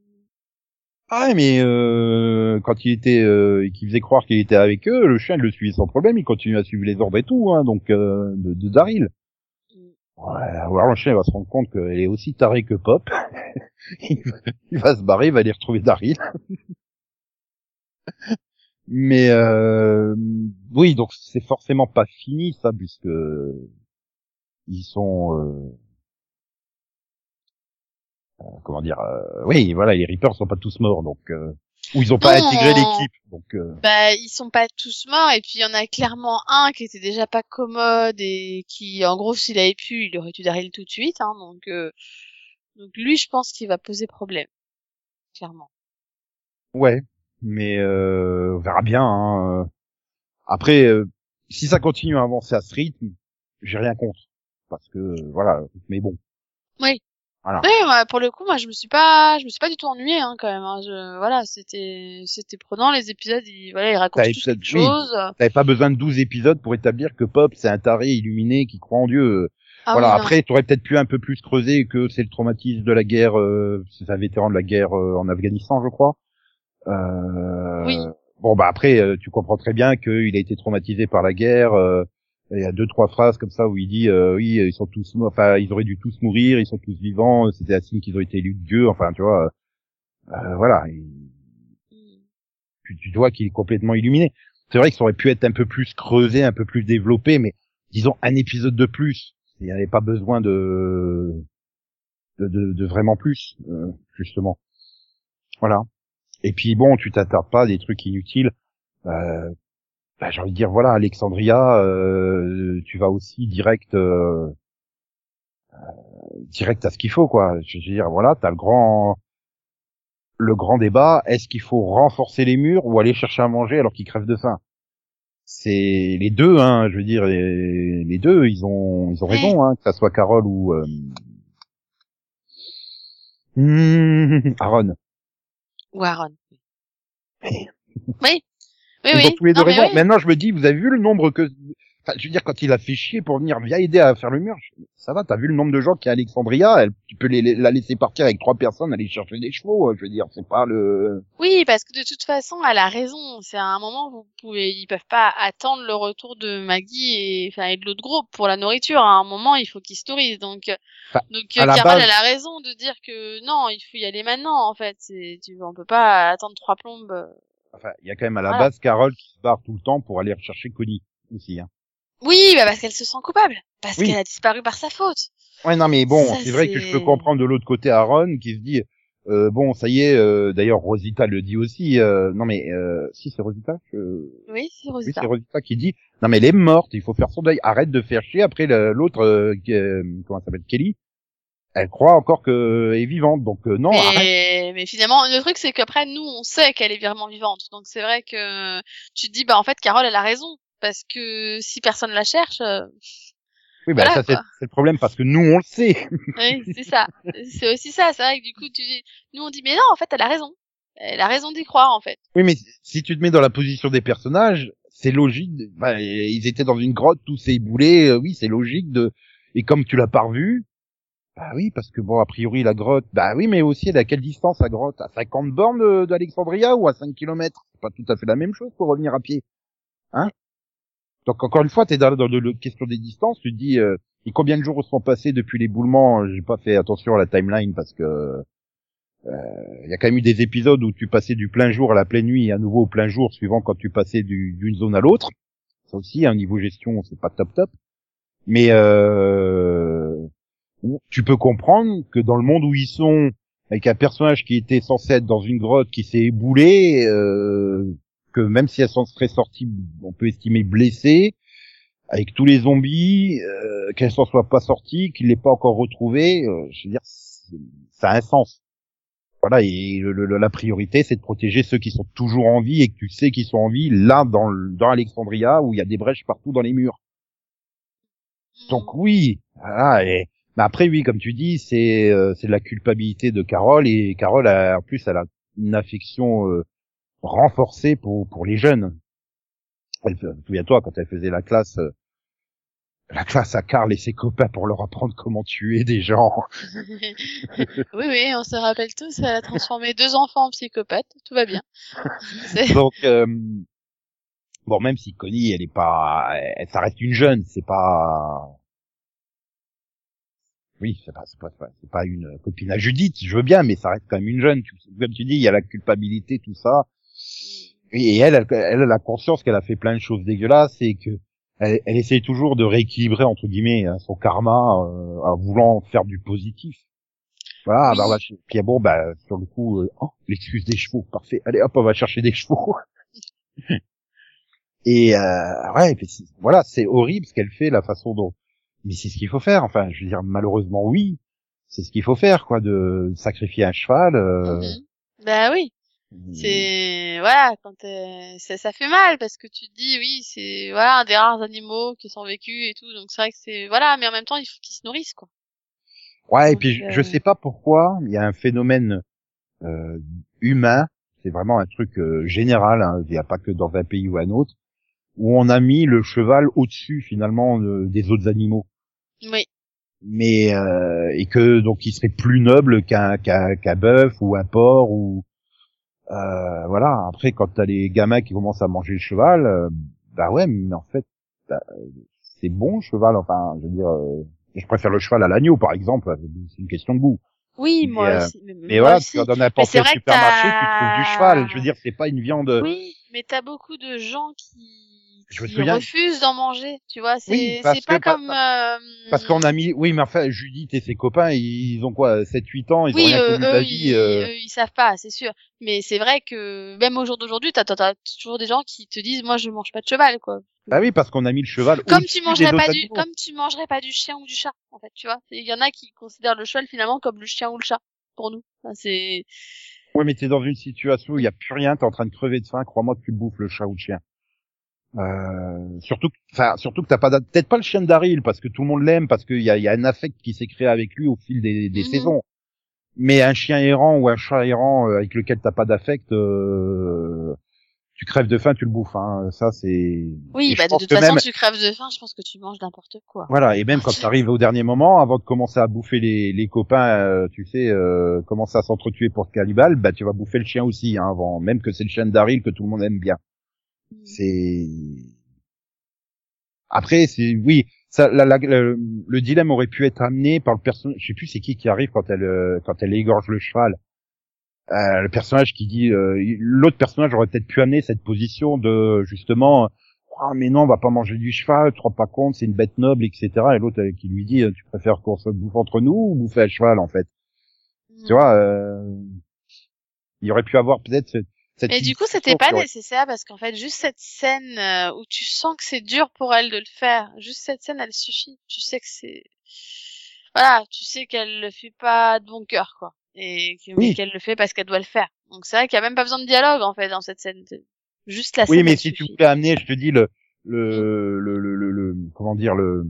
Ah, mais quand il était, qu'il faisait croire qu'il était avec eux, le chien, il le suivait sans problème, il continue à suivre les ordres et tout, hein, donc de Daryl. Mm. Ouais, alors le chien il va se rendre compte qu'elle est aussi tarée que Pop. il, va, il va se barrer, il va aller retrouver Daryl. Mais oui, donc c'est forcément pas fini ça, puisque ils sont comment dire oui, voilà, les Reapers sont pas tous morts, donc ou ils ont pas intégré Non, l'équipe, donc bah ils sont pas tous morts et puis il y en a clairement un qui était déjà pas commode et qui, en gros, s'il avait pu, il aurait tué Daryl tout de suite. Hein, donc lui, je pense qu'il va poser problème, clairement. ouais, mais on verra bien. Hein. Après, si ça continue à avancer à ce rythme, j'ai rien contre, parce que voilà, mais bon, Oui. voilà. Oui, pour le coup, moi, je me suis pas du tout ennuyée, hein, quand même. Hein. Voilà, c'était prenant les épisodes. Voilà, ils racontent tous quelque Oui, chose. t'avais pas besoin de 12 épisodes pour établir que Pop, c'est un taré illuminé qui croit en Dieu. Ah Voilà, oui, non. après, t'aurais peut-être pu un peu plus creuser que c'est le traumatisme de la guerre, c'est un vétéran de la guerre en Afghanistan, je crois. Oui. Bon, bah après, tu comprends très bien qu'il a été traumatisé par la guerre. Il y a deux, trois phrases comme ça où il dit, oui, ils sont tous morts, enfin, ils auraient dû tous mourir, ils sont tous vivants, c'était un signe qu'ils ont été élus de Dieu, enfin, tu vois, voilà. Mm. Tu vois qu'il est complètement illuminé. C'est vrai que ça aurait pu être un peu plus creusé, un peu plus développé, mais disons un épisode de plus. Il n'y avait pas besoin de vraiment plus, justement. Voilà. Et puis bon, tu t'attardes pas à des trucs inutiles. Euh, bah, j'ai envie de dire, voilà, Alexandria, tu vas aussi direct à ce qu'il faut, quoi. Je veux dire, voilà, t'as le grand débat. Est-ce qu'il faut renforcer les murs ou aller chercher à manger alors qu'ils crèvent de faim? c'est les deux, hein, je veux dire, les deux, ils ont raison, hein, que ça soit Carole ou Aaron. Ou Aaron. Mais Oui. Oui, ils ont oui. tous les deux Non, mais raison. oui. Maintenant, je me dis, vous avez vu le nombre que, enfin, je veux dire, quand il a fait chier pour venir, viens aider à faire le mur, ça va, t'as vu le nombre de gens qui est à Alexandria, tu peux la laisser partir avec 3 personnes, aller chercher des chevaux, je veux dire, c'est pas le... Oui, parce que de toute façon, elle a raison. C'est à un moment, ils peuvent pas attendre le retour de Maggie et de l'autre groupe pour la nourriture. À un moment, il faut qu'ils se nourrissent. Enfin, à la Carole, base, elle a raison de dire que non, il faut y aller maintenant, en fait. On peut pas attendre 3 plombes. enfin, il y a quand même à la Voilà. base Carole qui se barre tout le temps pour aller rechercher Connie, aussi, hein. Oui, bah parce qu'elle se sent coupable. Parce Oui. qu'elle a disparu par sa faute. Ouais, non, mais bon, Ça, c'est vrai que je peux comprendre de l'autre côté Aaron qui se dit, bon, ça y est, d'ailleurs Rosita le dit aussi, non mais, si c'est Rosita, Oui, c'est oui, Rosita. c'est Rosita qui dit, non mais elle est morte, il faut faire son deuil, arrête de faire chier. Après l'autre, comment ça s'appelle, Kelly, elle croit encore que est vivante, donc non, arrête. Mais finalement, le truc, c'est qu'après, nous, on sait qu'elle est vraiment vivante. Donc, c'est vrai que tu te dis, bah, en fait, Carole, elle a raison. Parce que si personne la cherche, Oui, bah voilà, ça quoi. c'est le problème parce que nous on le sait. Oui, c'est ça. C'est aussi ça. C'est vrai que du coup, nous, on dit, mais non, en fait, elle a raison. Elle a raison d'y croire, en fait. Oui, mais si tu te mets dans la position des personnages, c'est logique. Bah, ils étaient dans une grotte, tous ces boulets. Oui, c'est logique de. Et comme tu l'as pas revu, bah oui, parce que bon, a priori la grotte. Bah oui, mais aussi elle est à quelle distance la grotte? À 50 bornes d'Alexandria ou à 5 kilomètres? C'est pas tout à fait la même chose pour revenir à pied, hein? Donc encore une fois, t'es dans la question des distances. Tu te dis, et combien de jours sont passés depuis l'éboulement? J'ai pas fait attention à la timeline parce que il y a quand même eu des épisodes où tu passais du plein jour à la pleine nuit et à nouveau au plein jour, suivant quand tu passais d'une zone à l'autre. Ça aussi, un niveau gestion, c'est pas top top. Mais tu peux comprendre que dans le monde où ils sont, avec un personnage qui était censé être dans une grotte qui s'est éboulé, que même si elles s'en seraient sorties, on peut estimer blessées, avec tous les zombies, qu'elles s'en soient pas sorties, qu'il l'ait pas encore retrouvée, je veux dire, ça a un sens. Voilà, et la priorité, c'est de protéger ceux qui sont toujours en vie et que tu sais qu'ils sont en vie, là, dans Alexandria, où il y a des brèches partout dans les murs. Donc oui, voilà, mais après, oui, comme tu dis, c'est de la culpabilité de Carole, et Carole, en plus, elle a une affection renforcée pour les jeunes. Souviens-toi, quand elle faisait la classe à Carl et ses copains pour leur apprendre comment tuer des gens. Oui, oui, on se rappelle tous, elle a transformé 2 enfants en psychopathes. Tout va bien. Donc, bon, même si Connie, elle est pas, ça reste une jeune, c'est pas, oui, c'est pas une copine à Judith, je veux bien, mais ça reste quand même une jeune. Comme tu dis, il y a la culpabilité, tout ça. Et elle a conscience qu'elle a fait plein de choses dégueulasses et que elle essaye toujours de rééquilibrer entre guillemets son karma en voulant faire du positif. Voilà, Oui. bah, puis bon, bah sur le coup, l'excuse des chevaux, parfait. Allez, hop, on va chercher des chevaux. Et ouais, et puis voilà, c'est horrible ce qu'elle fait, la façon dont. Mais c'est ce qu'il faut faire. Enfin, je veux dire, malheureusement, oui, c'est ce qu'il faut faire, quoi, de sacrifier un cheval. Bah oui. Mm. Voilà, ça fait mal parce que tu te dis oui, c'est voilà un des rares animaux qui sont vécus et tout, donc c'est vrai que c'est voilà, mais en même temps il faut qu'ils se nourrissent quoi. Ouais, et Donc puis je sais pas pourquoi, il y a un phénomène humain, c'est vraiment un truc général, hein, il n'y a pas que dans un pays ou un autre, où on a mis le cheval au-dessus finalement des autres animaux. oui, Mais et que donc il serait plus noble qu'un bœuf ou un porc ou voilà. Après quand t'as les gamins qui commencent à manger le cheval, bah ouais, mais en fait bah, c'est bon le cheval. Enfin, je veux dire, je préfère le cheval à l'agneau par exemple. C'est une question de goût. oui Mais, moi aussi, mais moi voilà, tu vas aussi. dans Mais n'importe c'est quel vrai que supermarché, tu trouves du cheval. Je veux dire, c'est pas une viande. oui, mais t'as beaucoup de gens Je me qui souviens. refusent d'en manger, tu vois. Oui, C'est pas comme parce qu'on a mis. Oui, mais enfin, Judith et ses copains, ils ont quoi, 7-8 ans, ils ont oui, rien connu de la vie. ils savent pas, c'est sûr. Mais c'est vrai que même au jour d'aujourd'hui, t'as toujours des gens qui te disent, moi, je mange pas de cheval, quoi. Bah oui, parce qu'on a mis le cheval Comme tu au-dessus des mangerais autres pas animaux. comme tu mangerais pas du chien ou du chat, en fait, tu vois. Il y en a qui considèrent le cheval finalement comme le chien ou le chat pour nous. Enfin, Ouais, mais t'es dans une situation où il y a plus rien, t'es en train de crever de faim, crois-moi que tu bouffes le chat ou le chien. Surtout que t'as pas peut-être pas le chien de Daryl parce que tout le monde l'aime parce qu'il y a un affect qui s'est créé avec lui au fil des saisons. Mais un chien errant ou un chat errant avec lequel t'as pas d'affect, tu crèves de faim, tu le bouffes. Hein. Ça c'est. Oui, Et bah je de pense toute que façon, même, tu crèves de faim, je pense que tu manges n'importe quoi. voilà, et même quand t'arrives au dernier moment, avant de commencer à bouffer les copains, tu sais, commencer à s'entretuer pour le cannibale, bah tu vas bouffer le chien aussi, hein, avant, même que c'est le chien de Daryl que tout le monde aime bien. C'est après, c'est oui, ça, le dilemme aurait pu être amené par le personnage. Je sais plus c'est qui arrive quand elle égorge le cheval. Le personnage qui dit, l'autre personnage aurait peut-être pu amener cette position de justement, ah mais non, on va pas manger du cheval, tu te rends pas compte, c'est une bête noble, etc. Et l'autre qui lui dit, tu préfères qu'on se bouffe entre nous ou bouffer un cheval en fait. Tu vois, il aurait pu avoir peut-être cette Mais du coup, discussion c'était pas qui aurait- nécessaire parce qu'en fait, juste cette scène où tu sens que c'est dur pour elle de le faire, juste cette scène, elle suffit. Tu sais que c'est, voilà, tu sais qu'elle le fait pas de bon cœur, quoi, mais Oui, qu'elle le fait parce qu'elle doit le faire. Donc c'est vrai qu'il y a même pas besoin de dialogue en fait dans cette scène. Juste la oui, scène, mais elle si tu suffit. voulais amener, je te dis Mm. comment dire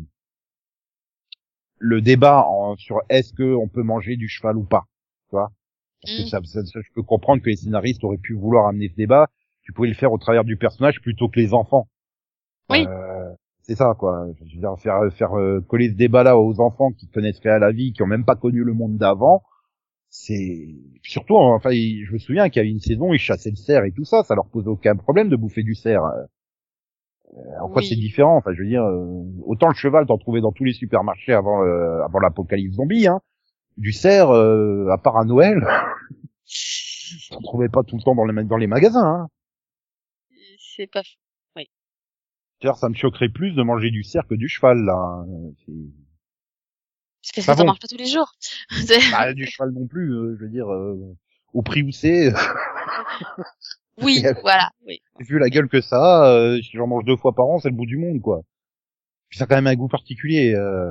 le débat sur est-ce que on peut manger du cheval ou pas, tu vois. Parce que Mm. je peux comprendre que les scénaristes auraient pu vouloir amener ce débat. Tu pouvais le faire au travers du personnage plutôt que les enfants. Oui, C'est ça, quoi. Je veux dire, faire coller ce débat-là aux enfants qui connaissent rien à la vie, qui ont même pas connu le monde d'avant, c'est surtout, enfin, je me souviens qu'il y avait une saison, ils chassaient le cerf et tout ça, ça leur posait aucun problème de bouffer du cerf. En quoi c'est oui. différent? Enfin, je veux dire, autant le cheval t'en trouvais dans tous les supermarchés avant l'apocalypse zombie, hein. Du cerf, à part à Noël, t'en trouvais pas tout le temps dans les magasins, hein. C'est pas faux. Oui. D'ailleurs, ça me choquerait plus de manger du cerf que du cheval, là. Hein. C'est parce que Pas t'en bon. manges pas tous les jours. Bah, du cheval non plus, je veux dire, au prix où c'est, Oui, voilà, oui. vu la gueule que ça a, si j'en mange 2 fois par an, c'est le bout du monde, quoi. Puis ça a quand même un goût particulier.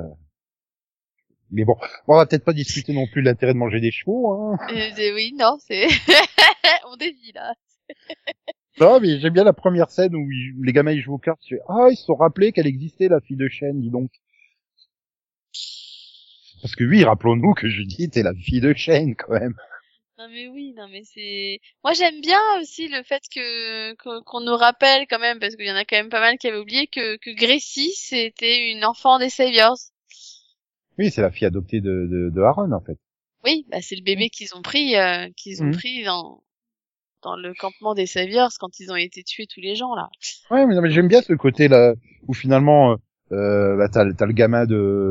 Mais bon, on va peut-être pas discuter non plus de l'intérêt de manger des chevaux, hein. Oui, non, c'est, on dévie là. Non, mais j'aime bien la première scène où les gamins ils jouent aux cartes. Je fais, ah, ils se sont rappelés qu'elle existait, la fille de Shane, dis donc. Parce que oui, rappelons-nous que Judith est la fille de Shane, quand même. Non mais oui, non mais c'est. Moi j'aime bien aussi le fait qu'on nous rappelle quand même parce qu'il y en a quand même pas mal qui avaient oublié que Gracie c'était une enfant des Saviors. Oui, c'est la fille adoptée de Aaron, en fait. Oui, bah c'est le bébé qu'ils ont Mhm. pris dans le campement des Saviors quand ils ont été tués tous les gens là. Ouais, mais, non, mais Donc j'aime bien ce côté-là, où finalement, bah, t'as le gamin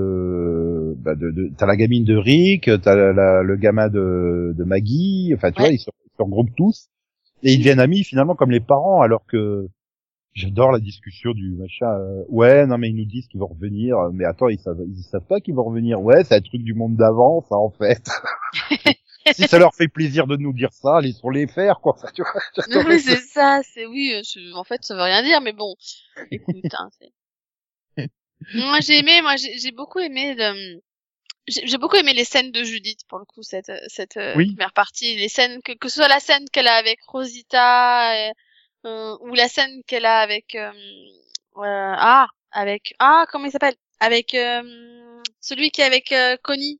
t'as la gamine de Rick, t'as le gamin de Maggie, enfin, tu vois, ouais. ils se regroupent tous, et ils deviennent amis, finalement, comme les parents, alors que j'adore la discussion du machin, ouais, non, mais ils nous disent qu'ils vont revenir, mais attends, ils savent pas qu'ils vont revenir, ouais, c'est un truc du monde d'avant, ça, en fait. Si ça leur fait plaisir de nous dire ça, laissons-les faire, quoi, enfin, tu vois, Non mais j'adorais c'est ça, c'est oui, en fait ça veut rien dire mais bon, écoute hein, j'ai beaucoup aimé j'ai beaucoup aimé les scènes de Judith pour le coup cette oui, première partie, les scènes que ce soit la scène qu'elle a avec Rosita ou la scène qu'elle a avec comment il s'appelle avec celui qui est avec Connie.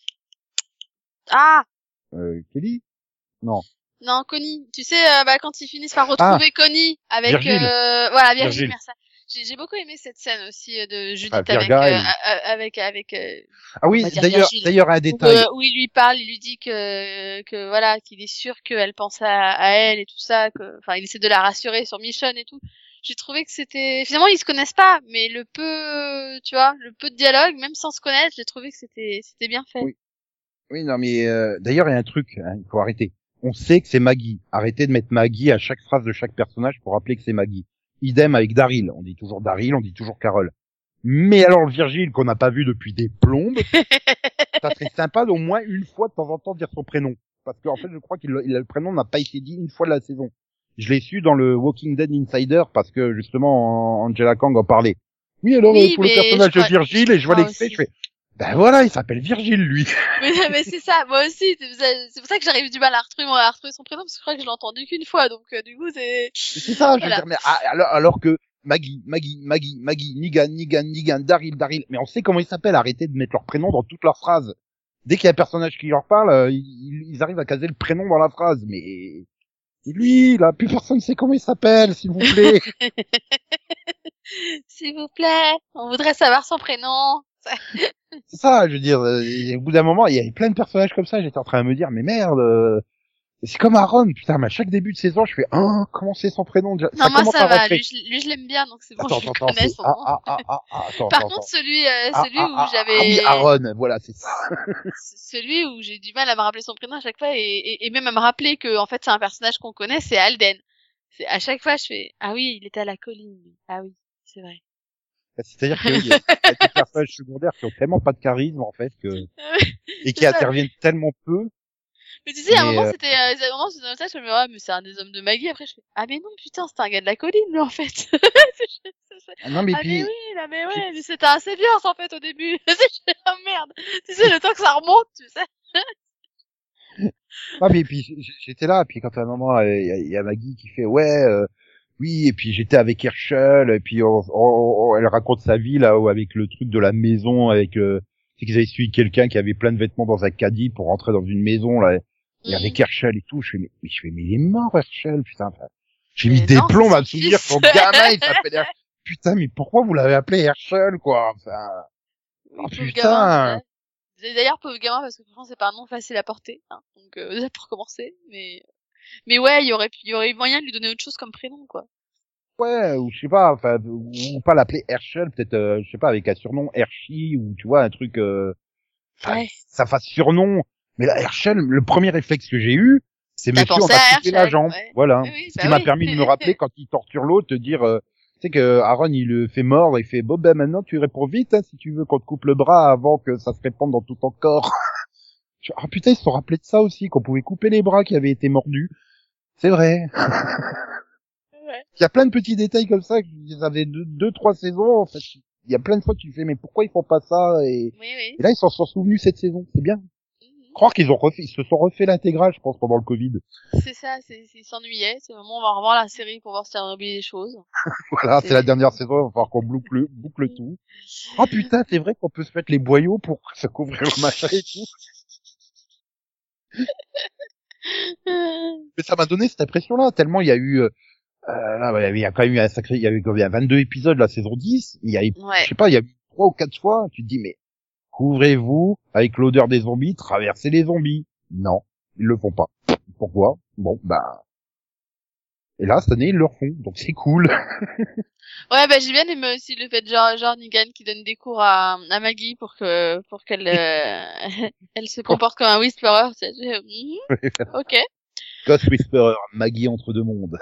Ah Kelly? Non. non, Connie, tu sais bah quand ils finissent par Ah, retrouver Connie avec Virgile. voilà Virgile, Virgile. merci. J'ai beaucoup aimé cette scène aussi de Ah, Judith Virgile. avec Ah on oui, va dire Virgile. d'ailleurs, un détail. Où il lui parle, il lui dit que voilà, qu'il est sûr qu'elle pense à elle et tout ça, enfin, il essaie de la rassurer sur Michonne et tout. J'ai trouvé que c'était, finalement, ils se connaissent pas, mais le peu, tu vois, le peu de dialogue, même sans se connaître, j'ai trouvé que c'était bien fait. Oui, oui, non, mais d'ailleurs, il y a un truc, hein, il faut arrêter. On sait que c'est Maggie. Arrêtez de mettre Maggie à chaque phrase de chaque personnage pour rappeler que c'est Maggie. Idem avec Daryl. On dit toujours Daryl, on dit toujours Carol. Mais alors Virgile, qu'on n'a pas vu depuis des plombes, ça serait sympa d'au moins une fois de temps en temps dire son prénom. Parce qu'en fait, je crois le prénom n'a pas été dit une fois de la saison. Je l'ai su dans le Walking Dead Insider parce que justement Angela Kang en parlait. Oui, alors Oui, pour le mais je personnage de crois, Virgile, et je vois moi l'extrait, je aussi. fais, ben voilà, il s'appelle Virgile lui. Mais c'est ça, moi aussi. C'est pour ça que j'arrive du mal à retrouver son prénom parce que je crois que je l'ai entendu qu'une fois, donc du coup c'est, C'est ça, je veux voilà. dire, mais alors que Maggie, Negan, Daryl. Mais on sait comment ils s'appellent. Arrêtez de mettre leur prénom dans toutes leurs phrases. Dès qu'il y a un personnage qui leur parle, ils arrivent à caser le prénom dans la phrase. Mais et lui, là, plus personne sait comment il s'appelle, s'il vous plaît. S'il vous plaît, on voudrait savoir son prénom. C'est ça, je veux dire. Au bout d'un moment, il y avait plein de personnages comme ça. J'étais en train de me dire, mais merde. C'est comme Aaron, putain, mais à chaque début de saison, je fais, comment c'est son prénom déjà? Non, moi ça va, lui je l'aime bien, donc c'est bon, je le connais son nom. Par contre, celui où j'avais... Ah oui, Aaron, voilà, c'est ça. Celui où j'ai du mal à me rappeler son prénom à chaque fois, et même à me rappeler que, en fait, c'est un personnage qu'on connaît, c'est Alden. C'est, à chaque fois, je fais, ah oui, il était à la colline. Ah oui, c'est vrai. C'est-à-dire qu'il y a des personnages secondaires qui ont tellement pas de charisme, en fait, et qui interviennent tellement peu. Mais tu sais, à un moment, c'était dans ça, je me dis, ouais, mais c'est un des hommes de Maggie. Après, je fais, ah, mais non, putain, c'était un gars de la colline, lui, en fait. Non, mais ah, puis... mais oui, là, mais ouais, mais c'était un Sébios, en fait, au début. Oh, merde. Tu sais, le temps que ça remonte, tu sais. Non, mais puis, j'étais là, puis quand à un moment, il y a Maggie qui fait, ouais, oui, et puis j'étais avec Herschel, et puis elle raconte sa vie, là, avec le truc de la maison, avec, c'est qu'ils avaient suivi quelqu'un qui avait plein de vêtements dans un caddie pour rentrer dans une maison, là, et avec Herschel et tout, je fais, mais il est mort, Herschel, putain, enfin, j'ai mis des plombs à me souvenir que son gamin, il s'appelle Herschel. Putain, mais pourquoi vous l'avez appelé Herschel, quoi, enfin, oui, oh, putain. D'ailleurs, pauvre gamin, parce que franchement, c'est pas un nom facile à porter, hein. Donc, déjà pour commencer, mais ouais, il y aurait moyen de lui donner autre chose comme prénom, quoi. Ouais, ou je sais pas, enfin, ou pas l'appeler Herschel, peut-être, je sais pas, avec un surnom Hershey, ou tu vois, un truc, ouais. ça fasse surnom. Mais là, Herschel, le premier réflexe que j'ai eu, c'est monsieur, on a coupé la jambe. Ouais. Voilà. Oui, Ce qui m'a permis de me rappeler quand il torture l'autre, de dire, tu sais que Aaron, il le fait mordre, il fait, bon, ben, maintenant, tu réponds vite, hein, si tu veux qu'on te coupe le bras avant que ça se répande dans tout ton corps. Ah putain, ils se sont rappelés de ça aussi, qu'on pouvait couper les bras qui avaient été mordus. C'est vrai. Ouais. Il y a plein de petits détails comme ça, qu'ils avaient deux, trois saisons, en fait. Il y a plein de fois que tu fais, mais pourquoi ils font pas ça? Et là, ils s'en sont souvenus cette saison. C'est bien. Croire qu'ils ils se sont refait l'intégrale, je pense, pendant le Covid. C'est ça, ils s'ennuyaient. C'est vraiment, on va revoir la série pour voir si on a oublié des choses. Voilà, c'est la dernière saison, il va falloir qu'on boucle tout. Oh putain, c'est vrai qu'on peut se mettre les boyaux pour se couvrir le machin et tout. Mais ça m'a donné cette impression-là, tellement il y a eu, il y a quand même eu il y avait 22 épisodes la saison 10, il y a eu, je sais pas, il y a eu 3 ou 4 fois, tu te dis, mais, couvrez-vous avec l'odeur des zombies, traversez les zombies. Non, ils le font pas. Pourquoi? Bon, bah, et là, cette année, ils le refont, donc c'est cool. Ouais, bah, j'ai bien aimé aussi le fait genre Negan qui donne des cours à Maggie pour qu'elle, elle se comporte comme un whisperer, tu sais. Ok. Ghost Whisperer, Maggie entre deux mondes.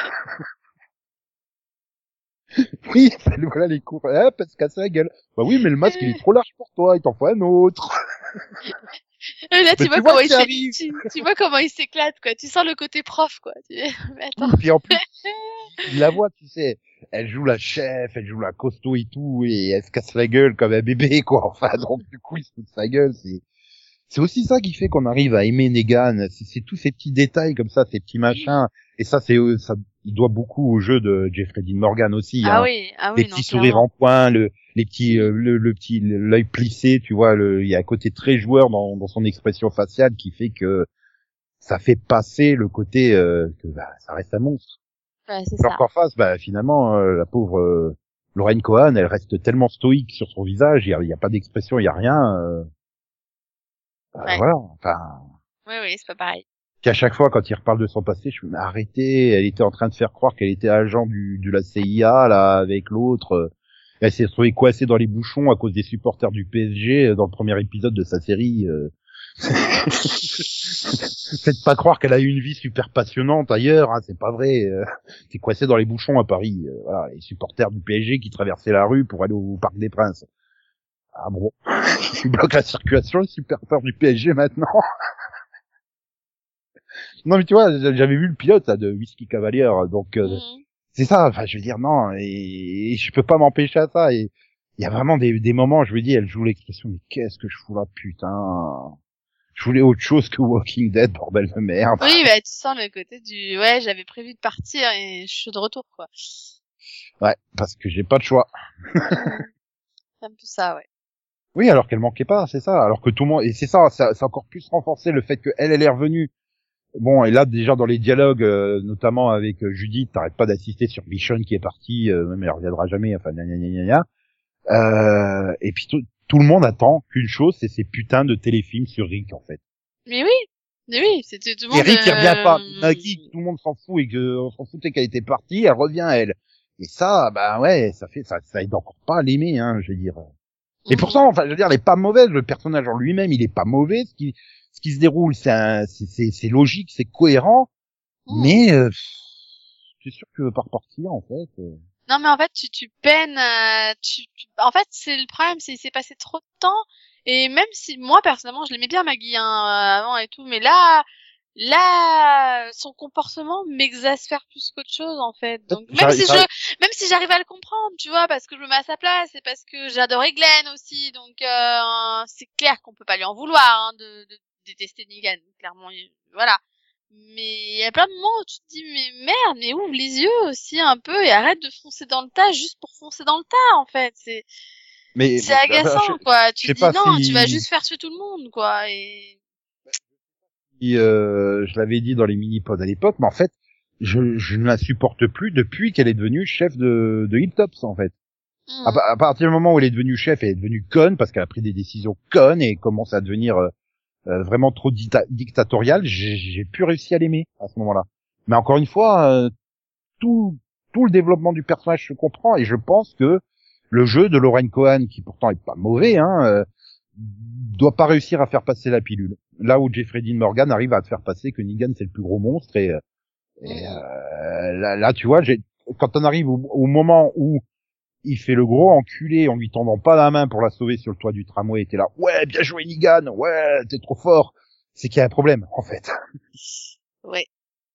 Oui, voilà les cours. Hop, elle se casse la gueule. Bah oui, mais le masque, il est trop large pour toi, il t'en faut un autre. Et là, tu vois comment il s'éclate, quoi. Tu sens le côté prof, quoi. Mais attends. Puis en plus, il la voit, tu sais. Elle joue la chef, elle joue la costaud et tout, et elle se casse la gueule comme un bébé, quoi. Enfin, donc, du coup, il se fout de sa gueule, c'est aussi ça qui fait qu'on arrive à aimer Negan. C'est tous ces petits détails comme ça, ces petits machins. Et ça, il doit beaucoup au jeu de Jeffrey Dean Morgan aussi. Ah hein. oui, les petits sourires en coin, les petits, l'œil plissé, tu vois, il y a un côté très joueur dans son expression faciale qui fait que ça fait passer le côté que ça reste un monstre. Ouais, c'est alors ça. qu'en face, finalement, la pauvre Lauren Cohan, elle reste tellement stoïque sur son visage, il y a pas d'expression, il y a rien. Ouais. Voilà, enfin. Oui, c'est pas pareil. Qu'à chaque fois, quand il reparle de son passé, je me dis, mais arrêtez, elle était en train de faire croire qu'elle était agent de la CIA, là, avec l'autre. Elle s'est retrouvée coincée dans les bouchons à cause des supporters du PSG dans le premier épisode de sa série. Faites pas croire qu'elle a eu une vie super passionnante ailleurs, hein, c'est pas vrai. T'es coincée dans les bouchons à Paris. Voilà, les supporters du PSG qui traversaient la rue pour aller au Parc des Princes. Ah bon, ils bloquent la circulation, les supporters du PSG maintenant. Non mais tu vois, j'avais vu le pilote là, de Whisky Cavalier, donc c'est ça. Enfin, je veux dire non, et je peux pas m'empêcher à ça. Et il y a vraiment des moments, je me dis, elle joue l'expression, mais qu'est-ce que je fous là, putain. Je voulais autre chose que Walking Dead, bordel de merde. Oui, bah tu sens le côté du ouais, j'avais prévu de partir et je suis de retour, quoi. Ouais, parce que j'ai pas de choix. C'est un peu ça, ouais. Oui, alors qu'elle manquait pas, c'est ça. Alors que tout le monde, et c'est ça, ça encore plus renforcé le fait qu'elle est revenue. Bon, et là, déjà, dans les dialogues, notamment avec Judith, t'arrêtes pas d'assister sur Michonne qui est partie, même elle reviendra jamais, enfin, gna gna gna gna gna. Et puis tout le monde attend qu'une chose, c'est ces putains de téléfilms sur Rick, en fait. Mais oui, c'était tout le Et monde. Rick, il revient pas. Maggie, tout le monde s'en fout et que on s'en foutait qu'elle était partie, elle revient, elle. Et ça, bah ouais, ça aide encore pas à l'aimer, hein, je veux dire. Et pourtant, enfin, je veux dire, elle est pas mauvaise, le personnage en lui-même, il est pas mauvais, ce qui se déroule, c'est logique, c'est cohérent, mais, c'est sûr que par partir, en fait, Non, mais en fait, tu peines, en fait, c'est le problème, c'est il s'est passé trop de temps, et même si, moi, personnellement, je l'aimais bien, Maggie, hein, avant et tout, mais là, son comportement m'exaspère plus qu'autre chose, en fait. Donc, même si j'arrive à le comprendre, tu vois, parce que je me mets à sa place, et parce que j'adorais Glenn aussi, donc, c'est clair qu'on peut pas lui en vouloir, hein, de détester Negan, clairement, voilà. Mais il y a plein de moments où tu te dis, mais merde, mais ouvre les yeux aussi un peu et arrête de foncer dans le tas juste pour foncer dans le tas, en fait. C'est agaçant, quoi. Tu te dis, non, tu vas juste faire tuer tout le monde, quoi. Et je l'avais dit dans les mini-pods à l'époque, mais en fait, je ne la supporte plus depuis qu'elle est devenue chef de Hilltops, en fait. À partir du moment où elle est devenue chef, elle est devenue conne parce qu'elle a pris des décisions connes et commence à devenir vraiment trop dictatoriale, j'ai plus réussi à l'aimer à ce moment-là. Mais encore une fois, tout le développement du personnage se comprend et je pense que le jeu de Lauren Cohan, qui pourtant est pas mauvais, doit pas réussir à faire passer la pilule. Là où Jeffrey Dean Morgan arrive à te faire passer que Negan c'est le plus gros monstre et là tu vois, quand on arrive au moment où il fait le gros enculé en lui tendant pas la main pour la sauver sur le toit du tramway, et t'es là, ouais, bien joué Negan, ouais, t'es trop fort. C'est qu'il y a un problème, en fait. Ouais.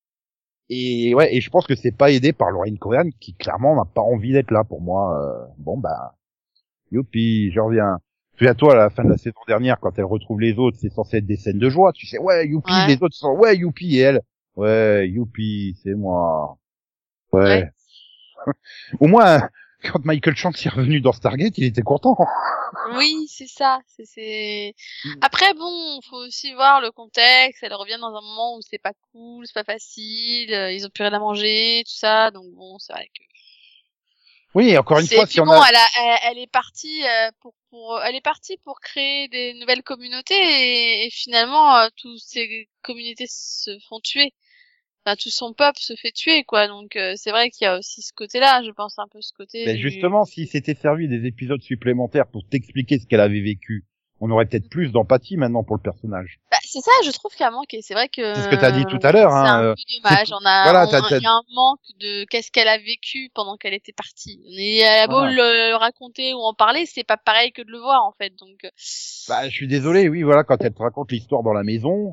Et je pense que c'est pas aidé par Lauren Cohan, qui clairement n'a pas envie d'être là pour moi. Bon, bah, youpi, je reviens. Souviens-toi, à la fin de la saison dernière, quand elle retrouve les autres, c'est censé être des scènes de joie. Tu sais, ouais, youpi, les autres sont, ouais, youpi, et elle, ouais, youpi, c'est moi. Ouais. Au moins, quand Michael Shanks est revenu dans Stargate, il était content. Oui, c'est ça. Après, bon, faut aussi voir le contexte. Elle revient dans un moment où c'est pas cool, c'est pas facile. Ils ont plus rien à manger, tout ça. Donc bon, c'est vrai que. Oui, encore une fois, si on a. Elle est partie elle est partie pour créer des nouvelles communautés et finalement toutes ces communautés se font tuer. Enfin, tout son peuple se fait tuer, quoi. Donc, c'est vrai qu'il y a aussi ce côté-là, je pense, un peu ce côté. Mais justement, s'il s'était servi des épisodes supplémentaires pour t'expliquer ce qu'elle avait vécu, on aurait peut-être plus d'empathie maintenant pour le personnage. Bah, c'est ça, je trouve qu'il y a un manque, et c'est vrai que. C'est ce que t'as dit tout à l'heure, hein. C'est un peu dommage. Il y a un manque de qu'est-ce qu'elle a vécu pendant qu'elle était partie. On a beau le raconter ou en parler, c'est pas pareil que de le voir, en fait. Donc. Bah, je suis désolé, oui, voilà, quand elle te raconte l'histoire dans la maison,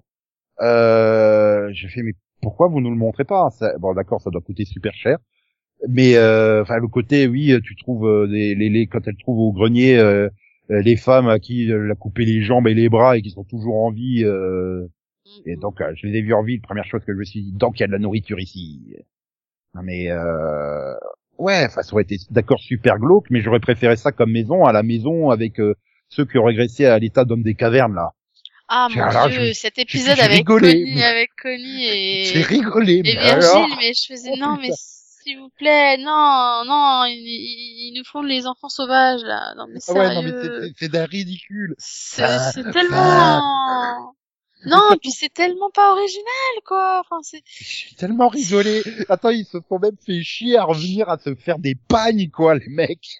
je fais, mais pourquoi vous nous le montrez pas? Bon, d'accord, ça doit coûter super cher. Mais enfin le côté tu trouves quand elle trouve au grenier les femmes à qui elle a coupé les jambes et les bras et qui sont toujours en vie et donc je les ai vues en vie, la première chose que je me suis dit, donc il y a de la nourriture ici. Non mais ouais, enfin ça aurait été d'accord super glauque, mais j'aurais préféré ça comme maison à la maison avec ceux qui ont régressé à l'état d'homme des cavernes là. Ah mon Dieu, cet épisode avec Connie et j'ai rigolé, et Virgile, mais je faisais non mais s'il vous plaît, non, ils nous font les enfants sauvages là. Non mais sérieux. Ouais, non mais c'est d'un ridicule. C'est tellement non, puis c'est tellement pas original quoi. Enfin j'ai tellement rigolé. Attends, ils se sont même fait chier à revenir à se faire des pagnes quoi, les mecs.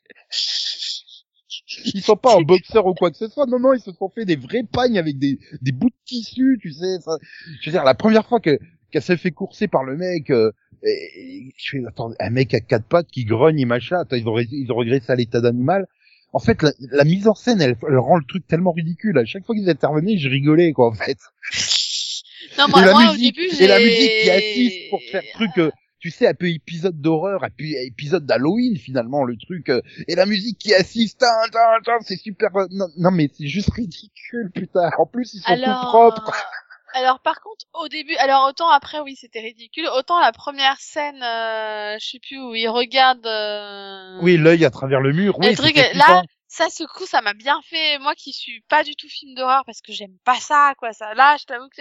Ils sont pas en boxeur ou quoi que ce soit. Non, ils se sont fait des vrais pagnes avec des bouts de tissu, tu sais. Ça. Je veux dire, la première fois qu'elle s'est fait courser par le mec, je fais, attends, un mec à quatre pattes qui grogne et machin. Attends, ils ont régressé à l'état d'animal. En fait, la mise en scène, elle rend le truc tellement ridicule. À chaque fois qu'ils intervenaient, je rigolais, quoi, en fait. Non, moi, au début, et la musique qui assiste pour faire truc, tu sais, un peu épisode d'horreur, et puis épisode d'Halloween, finalement, le truc, et la musique qui assiste, c'est super, non, mais c'est juste ridicule, putain. En plus, ils sont tout propres. Alors par contre, au début, alors autant après oui c'était ridicule, autant la première scène, je sais plus où il regarde Oui, l'œil à travers le mur, le oui, truc, c'était là, flippant. ça ce coup ça m'a bien fait, moi qui suis pas du tout film d'horreur parce que j'aime pas ça quoi, ça là je t'avoue que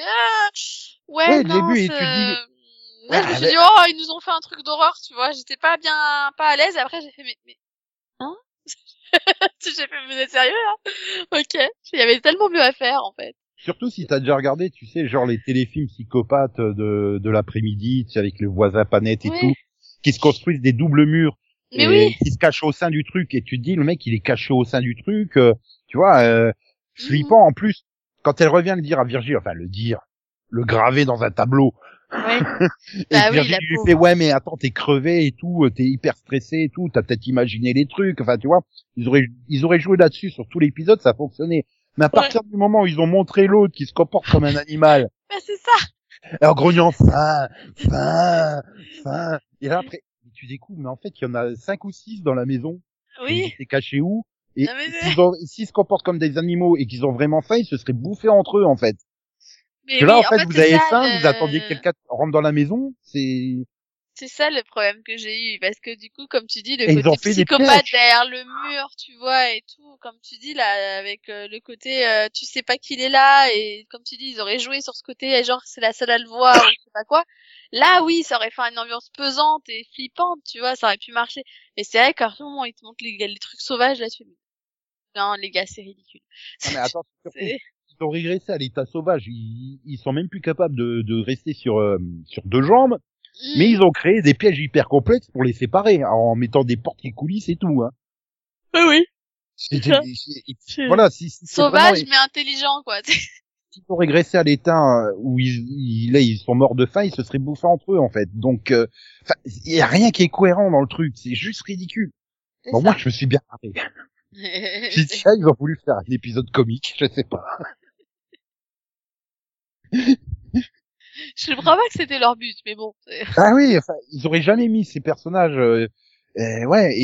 ouais Ouais, de non début, et tu te dis, là je me ouais, suis dit oh ils nous ont fait un truc d'horreur tu vois, j'étais pas bien pas à l'aise, après j'ai fait mais hein j'ai fait vous êtes sérieux là? Ok, il y avait tellement mieux à faire en fait. surtout si t'as déjà regardé, tu sais, genre les téléfilms psychopathes de l'après-midi, tu sais, avec les voisins panettes et Oui, tout, qui se construisent des doubles murs mais oui. et qui se cachent au sein du truc, et tu te dis, le mec, il est caché au sein du truc, tu vois, Mhm. flippant en plus. Quand elle revient le dire à Virgile, enfin le dire, le graver dans un tableau, Oui. et Bah que oui, Virgile la lui fait, pauvre. ouais, mais attends, t'es crevé et tout, t'es hyper stressé et tout, t'as peut-être imaginé les trucs, enfin, tu vois, ils auraient joué là-dessus sur tout l'épisode, ça fonctionnait. Mais à Ouais. partir du moment où ils ont montré l'autre qui se comporte comme un animal, Bah c'est ça. en grognant faim, faim, faim, et là après, tu découvres, mais en fait, il y en a 5 ou 6 dans la maison, mais ils Oui. étaient cachés où? Et Non mais s'ils se comportent comme des animaux et qu'ils ont vraiment faim, ils se seraient bouffés entre eux, en fait. mais Que là, en oui, en fait, fait vous c'est avez ça faim, vous attendiez que le quelqu'un rentre dans la maison, et c'est ça le problème que j'ai eu parce que du coup comme tu dis le ils ont côté fait des psychopathe pièges. derrière le mur, tu vois et tout comme tu dis là avec le côté tu sais pas qu'il est là et comme tu dis ils auraient joué sur ce côté genre c'est la seule à le voir ou je sais pas quoi. Là oui, ça aurait fait une ambiance pesante et flippante, tu vois, ça aurait pu marcher. Mais c'est vrai qu'à un moment ils te montrent les trucs sauvages là tu fais, non les gars, c'est ridicule. Non, mais attends, surtout, C'est ils ont régressé à l'état sauvage. Ils sont même plus capables de rester sur deux jambes, mais Mhm. ils ont créé des pièges hyper complexes pour les séparer, en mettant des portes qui coulissent et tout, hein. Oui, oui, c'est ça. Voilà, si c'est vraiment, Sauvage mais intelligent, quoi. s'ils ont régressé à l'état où là, ils sont morts de faim, ils se seraient bouffés entre eux, en fait. Donc, il y a rien qui est cohérent dans le truc. C'est juste ridicule. C'est Bon, moi, ça. je me suis bien marré. J'ai dit, C'est- ah, ils ont voulu faire un épisode comique, je sais pas. Je crois pas que c'était leur but, mais bon. Ah oui, enfin, ils auraient jamais mis ces personnages. Ouais,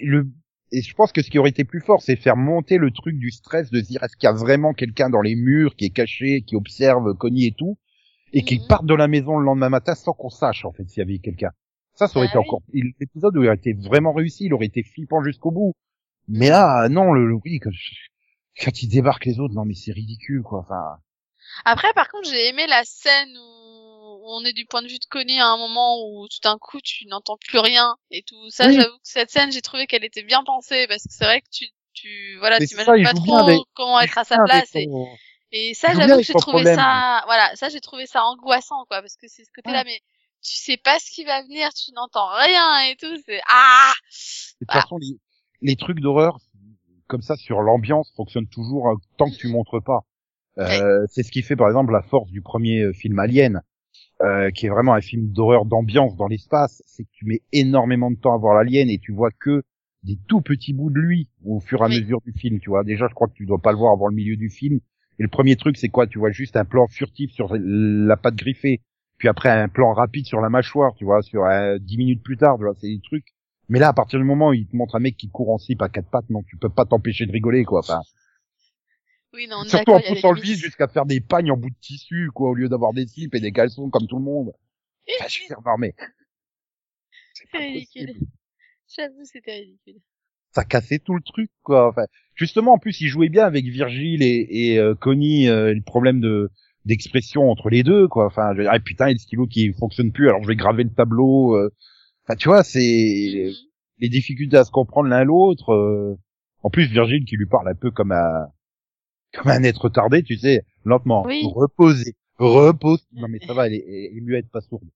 et je pense que ce qui aurait été plus fort, c'est faire monter le truc du stress, de se dire est-ce qu'il y a vraiment quelqu'un dans les murs qui est caché, qui observe Connie et tout, et qui Mhm. parte de la maison le lendemain matin sans qu'on sache en fait s'il y avait quelqu'un. Ça aurait été Bah oui. encore. L'épisode aurait été vraiment réussi, il aurait été flippant jusqu'au bout. Mais Mhm. là, non, oui, quand ils débarquent les autres, non mais c'est ridicule quoi. Enfin, Après, par contre, j'ai aimé la scène où on est du point de vue de Connie à un moment où tout d'un coup tu n'entends plus rien et tout. Ça, oui, j'avoue que cette scène, j'ai trouvé qu'elle était bien pensée parce que c'est vrai que voilà, mais c'est ça, t'imagines pas trop comment il être joue à sa bien avec place son, et il ça, joue bien j'avoue que avec j'ai son trouvé problème. ça, voilà, ça j'ai trouvé ça angoissant, quoi, parce que c'est ce côté-là, Ouais. mais tu sais pas ce qui va venir, tu n'entends rien et tout, c'est ah, De toute voilà. façon, les trucs d'horreur comme ça sur l'ambiance fonctionnent toujours tant que tu Mm, montres pas. ouais, C'est ce qui fait par exemple la force du premier film Alien, qui est vraiment un film d'horreur d'ambiance dans l'espace. C'est que tu mets énormément de temps à voir l'alien et tu vois que des tout petits bouts de lui au fur et à oui, mesure du film. Tu vois, déjà, je crois que tu dois pas le voir avant le milieu du film. Et le premier truc, c'est quoi? Tu vois juste un plan furtif sur la patte griffée, puis après un plan rapide sur la mâchoire. Tu vois, sur 10 minutes plus tard. Tu vois, c'est des trucs. Mais là, à partir du moment où il te montre un mec qui court en slip à quatre pattes, non, tu peux pas t'empêcher de rigoler, quoi. Enfin, oui, non, on est surtout d'accord, en il y a des poussant le vis limites. jusqu'à faire des pagnes en bout de tissu, quoi, au lieu d'avoir des slips et des caleçons comme tout le monde. Enfin, je veux dire, non, mais c'est C'est pas ridicule. possible. J'avoue, c'était ridicule. Ça cassait tout le truc, quoi. Enfin, justement, en plus, il jouait bien avec Virgile et Connie, le problème d'expression entre les deux, quoi. Enfin, je veux dire, ah, putain, il y a le stylo qui fonctionne plus, alors je vais graver le tableau. Enfin, tu vois, c'est Mhm. les difficultés à se comprendre l'un l'autre. En plus, Virgile qui lui parle un peu comme un être retardé, tu sais, lentement, Oui, reposer, repose. Non, mais ça va, elle est muette, pas sourde.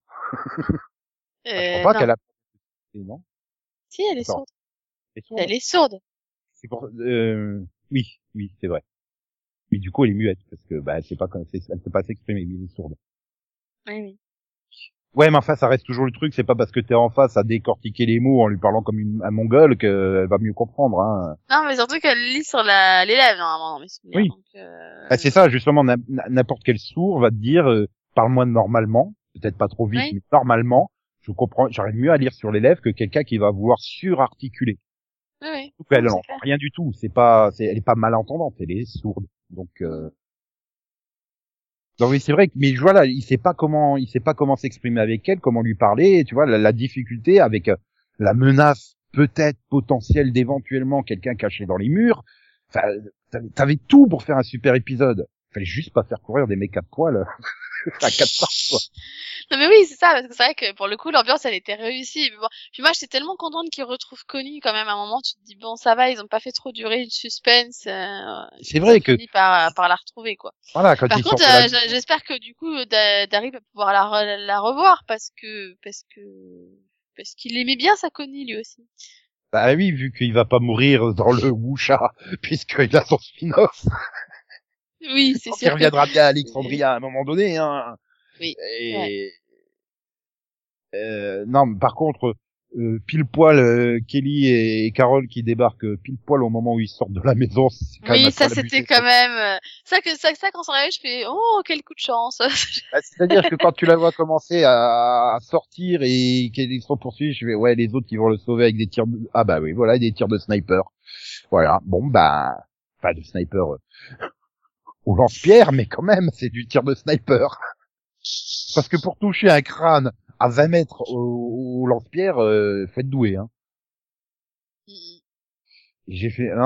Enfin, je crois pas non. qu'elle a, non? Si, elle est Attends, sourde. elle est Elle sourde. est sourde. C'est pour, oui, oui, c'est vrai. Mais du coup, elle est muette parce que bah elle peut pas s'exprimer, mais elle est sourde. Oui, oui. Ouais, mais enfin, ça reste toujours le truc. C'est pas parce que t'es en face à décortiquer les mots en lui parlant comme un mongol qu'elle va mieux comprendre. Hein. Non, mais surtout qu'elle lit sur les lèvres, normalement, dans mes souvenirs, Oui, donc ah, c'est ça justement. N'importe quel sourd va te dire parle-moi normalement, peut-être pas trop vite, oui, mais normalement. Je comprends. J'arrive mieux à lire sur les lèvres que quelqu'un qui va vouloir surarticuler. oui, oui. Donc Non, elle c'est n'entend clair. rien du tout. Elle est pas malentendante. Elle est sourde. Donc Mhm. Non mais c'est vrai que mais voilà, il sait pas comment s'exprimer avec elle, comment lui parler, tu vois la difficulté avec la menace peut-être potentielle d'éventuellement quelqu'un caché dans les murs. Enfin, t'avais tout pour faire un super épisode. Fallait juste pas faire courir des mecs à poil à quatre pattes, quoi. Non mais oui, c'est ça, parce que c'est vrai que pour le coup, l'ambiance, elle était réussie. Mais bon. Puis moi, j'étais tellement contente qu'ils retrouvent Connie quand même. À un moment, tu te dis, bon, ça va, ils ont pas fait trop durer le suspense. C'est vrai ils ont que fini par la retrouver, quoi. voilà, quand Par ils contre, sortent j'espère que du coup, Dari va pouvoir la revoir parce qu'il aimait bien sa Connie, lui aussi. bah oui, vu qu'il va pas mourir dans le Wusha, puisqu'il a son spin-off. Oui, c'est Il sûr. reviendra bien à Alexandria à un moment donné, hein. Oui. Et non, mais par contre, pile poil Kelly et Carol qui débarquent pile poil au moment où ils sortent de la maison, c'est quand même Oui, un ça poil c'était abusé, quand quoi. même ça quand ça arrive, je fais oh quel coup de chance. Bah, c'est-à-dire que quand tu la vois commencer à sortir et qu'ils sont poursuivis, je fais ouais, les autres qui vont le sauver avec des tirs de... Ah bah oui, voilà, des tirs de sniper. Voilà, bon bah pas de sniper au lance-pierre, mais quand même, c'est du tir de sniper. Parce que pour toucher un crâne à 20 mètres au lance-pierre, faut être doué, hein. Et j'ai fait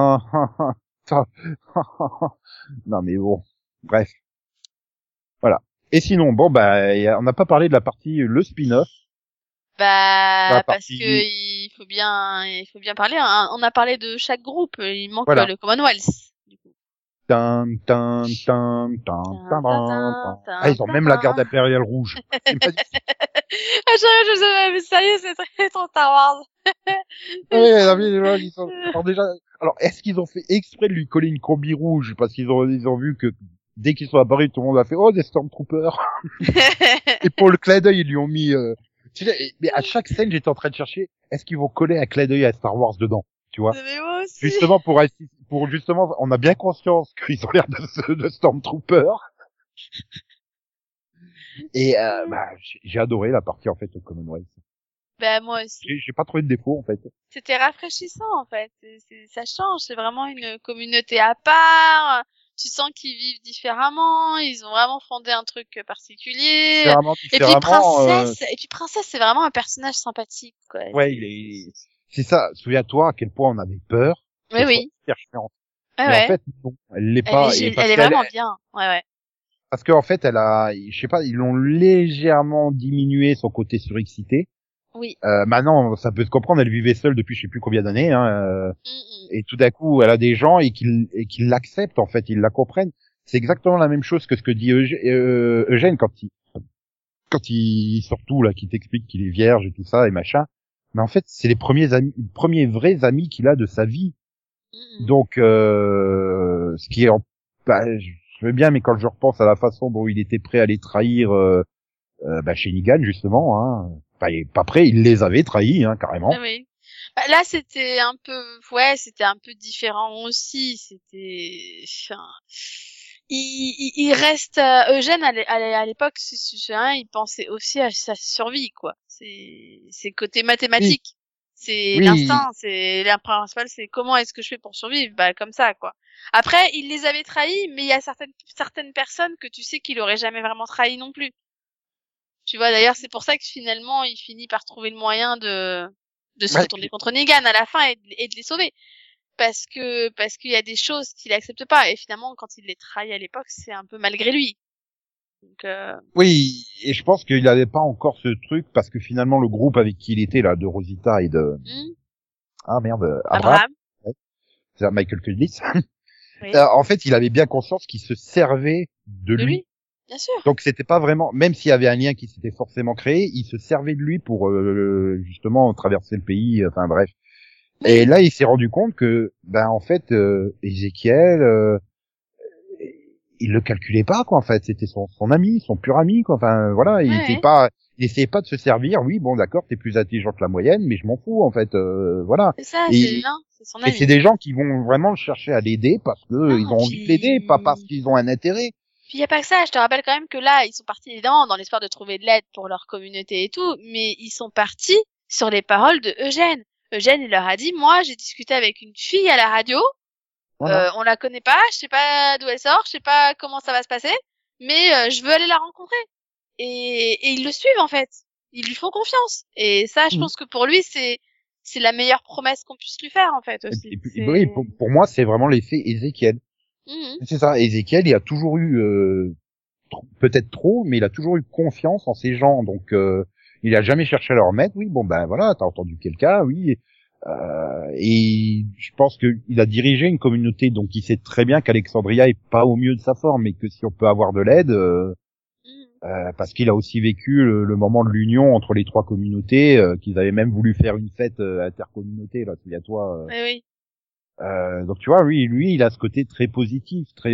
non mais bon, bref, voilà. Et sinon, bon bah, on n'a pas parlé de la partie le spin-off, la Parce que partie il faut bien parler, hein. On a parlé de chaque groupe, il manque voilà. le Commonwealth. Du coup. Tan, tan, tan, tan, tan, tan, tan. Ah, ils ont même la garde impériale rouge. C'est magnifique. Ah, je sais, mais sérieux, c'est très trop Star Wars. Ouais, non, mais, ouais, ils sont... Alors déjà, alors est-ce qu'ils ont fait exprès de lui coller une combi rouge parce qu'ils ont vu que dès qu'ils sont apparus, tout le monde a fait oh des Stormtroopers. Et pour le clin d'œil, ils lui ont mis. Tu sais, mais à chaque scène, j'étais en train de chercher est-ce qu'ils vont coller un clin d'œil à Star Wars dedans, tu vois? Mais moi aussi. Justement pour justement, on a bien conscience qu'ils ont l'air de Stormtroopers. Et bah j'ai adoré la partie en fait au Commonwealth. Bah moi aussi. J'ai pas trouvé de défaut en fait. C'était rafraîchissant en fait. Ça change, c'est vraiment une communauté à part. Tu sens qu'ils vivent différemment, ils ont vraiment fondé un truc particulier. Différemment, Et puis Princesse, c'est vraiment un personnage sympathique quoi. Ouais, c'est ça. Souviens-toi à quel point on avait peur. Oui oui. Super chiante. Ouais, Mais ouais. en fait non, elle l'est pas. Elle est vraiment bien. Ouais ouais. Parce qu'en fait elle a, je sais pas, ils l'ont légèrement diminué son côté surexcité. Oui. Maintenant, ça peut se comprendre, elle vivait seule depuis je sais plus combien d'années, hein, et tout d'un coup, elle a des gens et qu'ils l'acceptent, en fait, ils la comprennent. C'est exactement la même chose que ce que dit Eugène quand il sort tout, là, qui t'explique qu'il est vierge et tout ça, et machin. Mais en fait, c'est les premiers vrais amis qu'il a de sa vie. Donc, ce qui est bah, je veux bien, mais quand je repense à la façon dont il était prêt à les trahir, chez Negan, justement, hein. Enfin, il est pas prêt, il les avait trahis, hein, carrément. Ah oui. Bah, là, c'était un peu différent aussi. Enfin, il reste, Eugène à l'époque, il pensait aussi à sa survie, quoi. C'est côté mathématique. C'est l'instinct, c'est la principale, c'est comment est-ce que je fais pour survivre? Bah, comme ça, quoi. Après, il les avait trahis, mais il y a certaines personnes que tu sais qu'il aurait jamais vraiment trahi non plus. Tu vois, d'ailleurs, c'est pour ça que finalement, il finit par trouver le moyen de se retourner contre Negan à la fin et de les sauver. Parce qu'il y a des choses qu'il accepte pas. Et finalement, quand il les trahit à l'époque, c'est un peu malgré lui. Donc, Oui, et je pense qu'il avait pas encore ce truc parce que finalement, le groupe avec qui il était, là, de Rosita et de, Abraham. Ouais. C'est Michael Kulnitz. oui. En fait, il avait bien conscience qu'il se servait de lui. Bien sûr. Donc c'était pas vraiment, même s'il y avait un lien qui s'était forcément créé, il se servait de lui pour justement traverser le pays. Enfin bref. Oui. Et là, il s'est rendu compte que, en fait, Ézéchiel, il le calculait pas quoi. En fait, c'était son ami, son pur ami quoi. Enfin voilà, il essayait pas de se servir. Oui, bon d'accord, t'es plus intelligent que la moyenne, mais je m'en fous en fait. Voilà. C'est ça, c'est son ami. Et c'est des gens qui vont vraiment le chercher à l'aider parce que ils ont envie de l'aider, pas parce qu'ils ont un intérêt. Puis y a pas que ça, je te rappelle quand même que là, ils sont partis évidemment dans l'espoir de trouver de l'aide pour leur communauté et tout, mais ils sont partis sur les paroles de Eugène. Eugène, il leur a dit, moi, j'ai discuté avec une fille à la radio, voilà. On la connaît pas, je sais pas d'où elle sort, je sais pas comment ça va se passer, mais je veux aller la rencontrer. Et ils le suivent en fait. Ils lui font confiance. Et ça, je Mhm. pense que pour lui, c'est la meilleure promesse qu'on puisse lui faire en fait aussi. Oui, pour moi, c'est vraiment l'effet Ézéchiel. Mhm. C'est ça. Ézéchiel, il a toujours eu, peut-être trop, mais il a toujours eu confiance en ces gens. Donc, il a jamais cherché à leur mettre. Oui, bon, ben voilà, t'as entendu quelqu'un, oui. Et je pense qu'il a dirigé une communauté, donc il sait très bien qu'Alexandria est pas au mieux de sa forme, et que si on peut avoir de l'aide, Mhm. parce qu'il a aussi vécu le moment de l'union entre les trois communautés, qu'ils avaient même voulu faire une fête intercommunauté, là, souviens-toi. Oui, oui. Donc tu vois, lui, il a ce côté très positif, très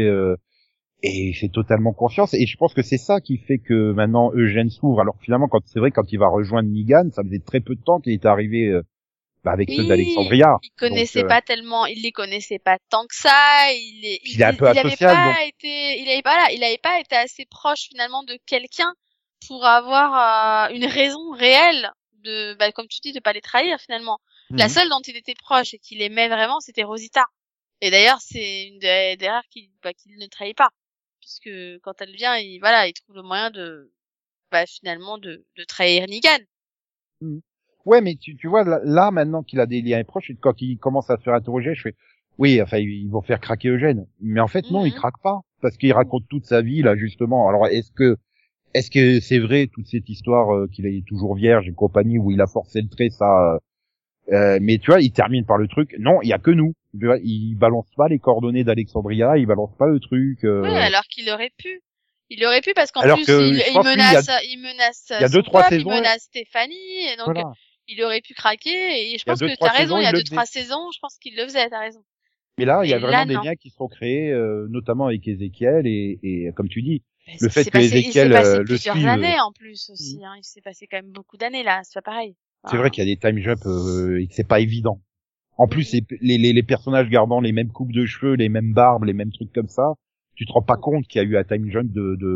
et il fait totalement confiance. Et je pense que c'est ça qui fait que maintenant Eugène s'ouvre. Alors finalement, c'est vrai, quand il va rejoindre Negan, ça faisait très peu de temps qu'il était arrivé avec ceux Oui, d'Alexandria. il Donc connaissait pas tellement, il les connaissait pas tant que ça. il est un peu Il avait asocial, donc pas été, il avait pas été assez proche finalement de quelqu'un pour avoir une raison réelle de, bah, comme tu dis, de pas les trahir finalement. La Mhm. seule dont il était proche et qu'il aimait vraiment, c'était Rosita. Et d'ailleurs, c'est une des rares qu'il ne trahit pas, puisque quand elle vient, il trouve le moyen de, bah, finalement, de trahir Negan. Mhm. Ouais, mais tu vois là maintenant qu'il a des liens proches, et quand il commence à se faire interroger, je fais oui, enfin ils vont faire craquer Eugène. Mais en fait non, il Mhm. craque pas parce qu'il raconte toute sa vie là justement. Alors est-ce que c'est vrai toute cette histoire qu'il est toujours vierge et compagnie où il a forcé le trait, ça mais tu vois, il termine par le truc. Non, il y a que nous. Tu vois, il balance pas les coordonnées d'Alexandria, il balance pas le truc. Oui, alors qu'il aurait pu. Il aurait pu parce qu'en Alors plus que je pense lui, il menace il y a deux son trois peuple, il saisons, menace Stéphanie, et donc voilà. il aurait pu craquer. Et je Il y a pense deux que trois t'as raison, saisons, il y il a le deux faisait. trois saisons, je pense qu'il le faisait. T'as raison. Mais là, il y a Mais là, vraiment des non. liens qui sont créés, notamment avec Ézéchiel et comme tu dis, Mais le fait que il s'est Ézéchiel passé le plusieurs suive. années en plus Mhm. aussi. Hein. Il s'est passé quand même beaucoup d'années là. C'est pas pareil. C'est vrai Enfin, qu'il y a des time jumps, c'est pas évident. En plus, mm, les personnages gardant les mêmes coupes de cheveux, les mêmes barbes, les mêmes trucs comme ça, tu te rends pas mm. compte qu'il y a eu un time jump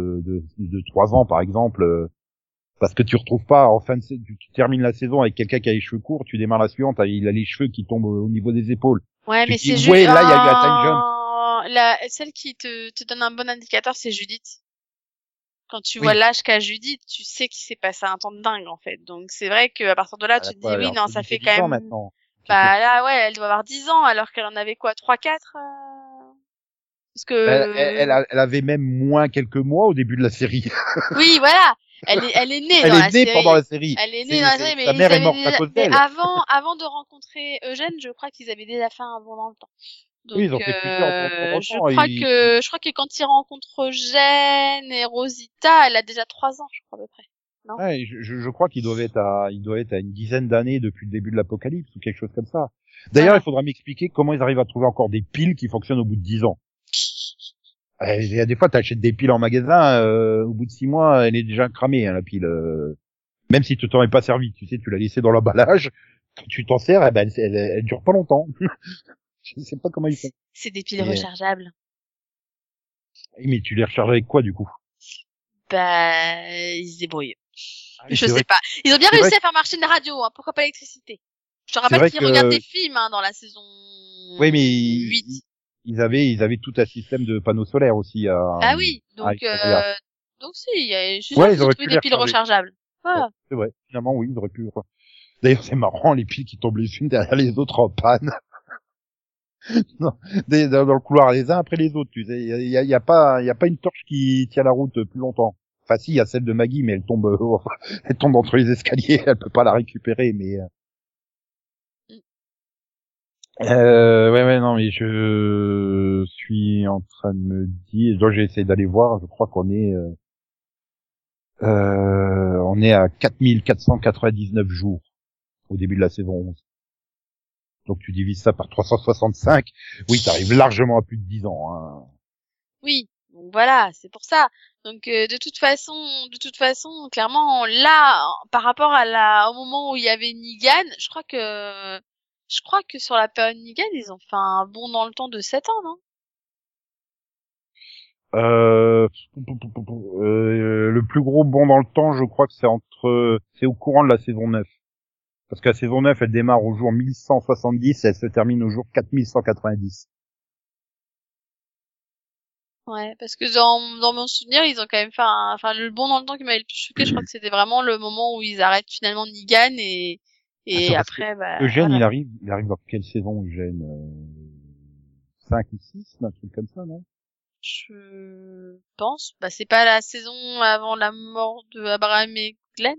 de 3 ans, par exemple, parce que tu retrouves pas, en fin de tu termines la saison avec quelqu'un qui a les cheveux courts, tu démarres la suivante, il a les cheveux qui tombent au niveau des épaules. Ouais, Tu mais te dis, c'est ouais, là, il y a eu un time jump. celle qui te donne un bon indicateur, c'est Judith. Quand tu vois Oui. l'âge qu'a Judith, tu sais qu'il s'est passé un temps de dingue, en fait. Donc, c'est vrai qu'à partir de là, Elle tu a te quoi, dis, elle est oui, non, entre ça 10 et fait quand 10 ans même, maintenant. bah, là, ouais, elle doit avoir 10 ans, alors qu'elle en avait quoi, 3, 4 parce que, Elle avait même moins quelques mois au début de la série. oui, voilà. Elle est née Elle dans est la née pendant série. la série. Elle est née dans la série, Sa mais mère est morte à cause mais d'elle. avant de rencontrer Eugène, je crois qu'ils avaient déjà fait un bond dans le temps. Oui, Donc, ils ont fait plusieurs bons dans le temps. je crois que quand il rencontre Eugène et Rosita, elle a déjà 3 ans, je crois, à peu près. Non? Ouais, je crois ils doivent être à une dizaine d'années depuis le début de l'apocalypse ou quelque chose comme ça. D'ailleurs, il Voilà. faudra m'expliquer comment ils arrivent à trouver encore des piles qui fonctionnent au bout de 10 ans. Il y a des fois, t'achètes des piles en magasin, au bout de 6 mois, elle est déjà cramée, hein, la pile. Même si tu t'en es pas servi, tu sais, tu l'as laissée dans l'emballage. Quand tu t'en sers, eh ben, elle dure pas longtemps. Je sais pas comment ils font. C'est des piles Mais, rechargeables. mais tu les recharges avec quoi, du coup? Bah, ils se débrouillent. Ah oui, Je sais pas. Ils ont bien c'est vrai, réussi à faire marcher une radio, hein. Pourquoi pas l'électricité? Je te c'est rappelle vrai qu'ils regardent que, des films, hein, dans la saison oui, mais 8. ils avaient tout un système de panneaux solaires aussi Bah oui. à Alexandria. Donc si, je suis sûre Ouais, ils qu'ils ont auraient trouvé pu les des piles recharger. rechargeables. Ouais, Voilà. c'est vrai. Finalement, oui, ils auraient pu. D'ailleurs, c'est marrant, les piles qui tombent les unes derrière les autres en panne. Non, dans le couloir, les uns après les autres, tu sais. Il y a pas une torche qui tient la route plus longtemps. Enfin, si, il y a celle de Maggie, mais elle tombe, elle tombe entre les escaliers, elle peut pas la récupérer, mais, Mm. ouais, non, mais je suis en train de me dire, donc j'ai essayé d'aller voir, je crois on est à 4499 jours au début de la saison 11. Donc tu divises ça par 365, oui, t'arrives largement à plus de 10 ans, hein. Oui. Donc voilà, c'est pour ça. Donc de toute façon, clairement, là, par rapport au moment où il y avait Negan, je crois que sur la période Negan, ils ont fait un bond dans le temps de 7 ans, non? Euh, le plus gros bond dans le temps, je crois que c'est au courant de la saison 9. Parce que la saison 9, elle démarre au jour 1170 et elle se termine au jour 4190. Ouais, parce que dans mon souvenir, ils ont quand même fait enfin, le bond dans le temps qui m'avait le plus choqué, je crois que c'était vraiment le moment où ils arrêtent finalement Negan et Parce que après, Eugène, voilà. il arrive dans quelle saison, Eugène? 5 ou 6, un truc comme ça, non? Je pense. C'est pas la saison avant la mort de Abraham et Glenn?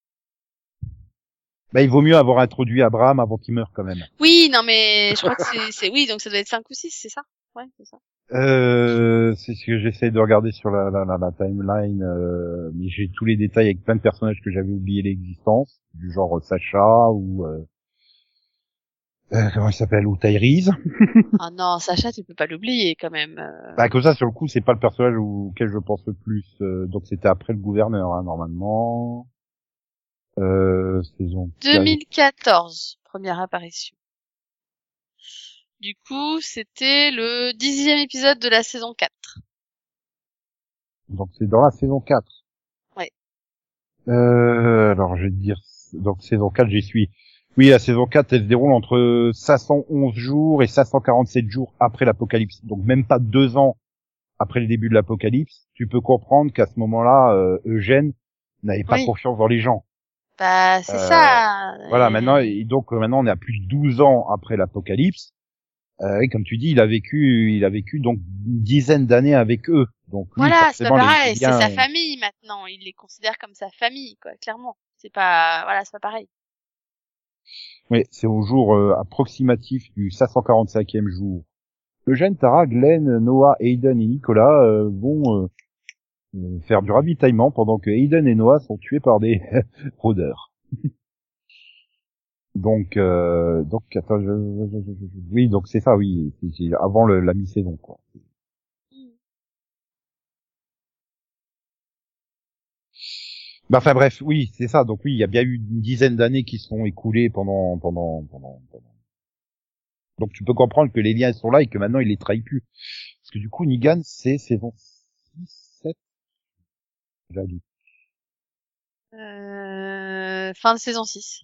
Bah, il vaut mieux avoir introduit Abraham avant qu'il meure, quand même. Oui, non, mais je crois que oui, donc ça doit être 5 ou 6, c'est ça? Ouais, c'est ça. C'est ce que j'essaie de regarder sur la timeline, mais j'ai tous les détails avec plein de personnages que j'avais oublié l'existence, du genre Sacha ou comment il s'appelle, ou Tyrese. Ah non, Sacha, tu peux pas l'oublier quand même. Bah comme ça sur le coup c'est pas le personnage auquel je pense le plus, donc c'était après le gouverneur hein, normalement. Saison 4. 2014, première apparition. Du coup, c'était le 10e épisode de la saison 4. Donc c'est dans la saison 4. Ouais. Alors je vais te dire, donc saison 4 j'y suis. Oui, la saison 4 elle se déroule entre 511 jours et 547 jours après l'apocalypse. Donc même pas 2 ans après le début de l'apocalypse. Tu peux comprendre qu'à ce moment-là, Eugène n'avait pas Oui. confiance dans les gens. C'est ça. Voilà, maintenant, et donc maintenant on est à plus de 12 ans après l'apocalypse. Et comme tu dis, il a vécu donc une dizaine d'années avec eux. Donc lui, Voilà, c'est pas forcément, pareil, c'est liens, sa famille maintenant. Il les considère comme sa famille, quoi, clairement. C'est pas pareil. oui, c'est au jour approximatif du 545e jour. Eugène, Tara, Glenn, Noah, Hayden et Nicolas vont faire du ravitaillement pendant que Hayden et Noah sont tués par des rôdeurs. Donc attends, oui, donc c'est ça, oui, c'est avant la mi-saison, quoi. Bah, enfin bref, oui, c'est ça. Donc oui, il y a bien eu une dizaine d'années qui se sont écoulées pendant. Donc tu peux comprendre que les liens sont là et que maintenant il les trahit plus. Parce que du coup, Negan, c'est saison 6, 7, j'ai dit. Fin de saison 6.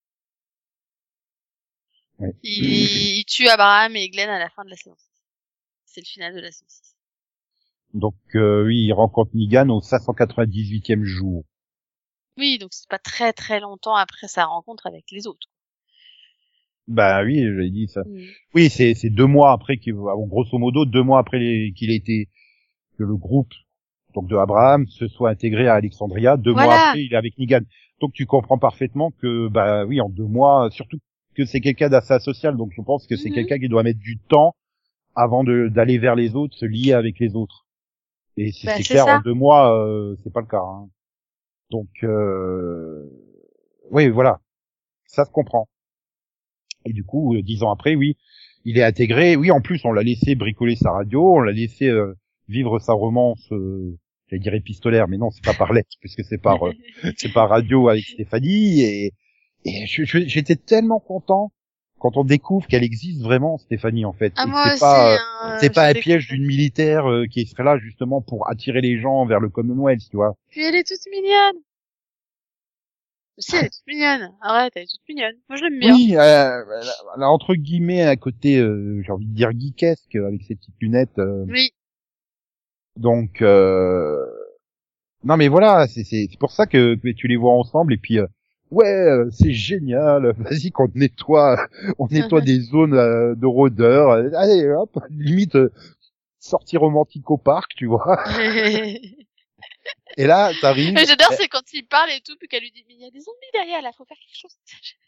Ouais. Il tue Abraham et Glenn à la fin de la saison 6. C'est le final de la saison 6. Donc oui, il rencontre Negan au 598e jour. Oui, donc c'est pas très très longtemps après sa rencontre avec les autres. Bah oui, j'avais dit ça. Mm. Oui, c'est 2 mois après grosso modo 2 mois après qu'il ait été que le groupe donc de Abraham se soit intégré à Alexandria. 2 mois Voilà. après, il est avec Negan. Donc tu comprends parfaitement que bah oui, en 2 mois, surtout que c'est quelqu'un d'assez asocial. Donc je pense que c'est quelqu'un qui doit mettre du temps avant d'aller vers les autres, se lier avec les autres. Et c'est clair, ça. en 2 mois, c'est pas le cas. Hein. Donc oui, voilà, ça se comprend. Et du coup, 10 ans après, oui, il est intégré. Oui, en plus, on l'a laissé bricoler sa radio, on l'a laissé vivre sa romance, j'allais dire épistolaire, mais non, c'est pas par lettre, puisque c'est par radio avec Stéphanie. Et j'étais tellement content quand on découvre qu'elle existe vraiment, Stéphanie, en fait. Ah, Et que moi aussi, c'est pas un piège d'une militaire qui serait là justement pour attirer les gens vers le Commonwealth, tu vois. Puis elle est toute mignonne. Si, elle est toute mignonne. Arrête, elle est toute mignonne. Moi, je l'aime bien. Oui, elle a entre guillemets un côté, j'ai envie de dire geekesque avec ses petites lunettes. Oui. Donc, non mais voilà, c'est pour ça que tu les vois ensemble et puis ouais, c'est génial. Vas-y qu'on on nettoie des zones de rôdeurs. Allez, hop, limite sortie romantique au parc, tu vois. Et là, t'arrives. J'adore, c'est quand il parle et tout, puis qu'elle lui dit, mais il y a des zombies derrière, là, faut faire quelque chose.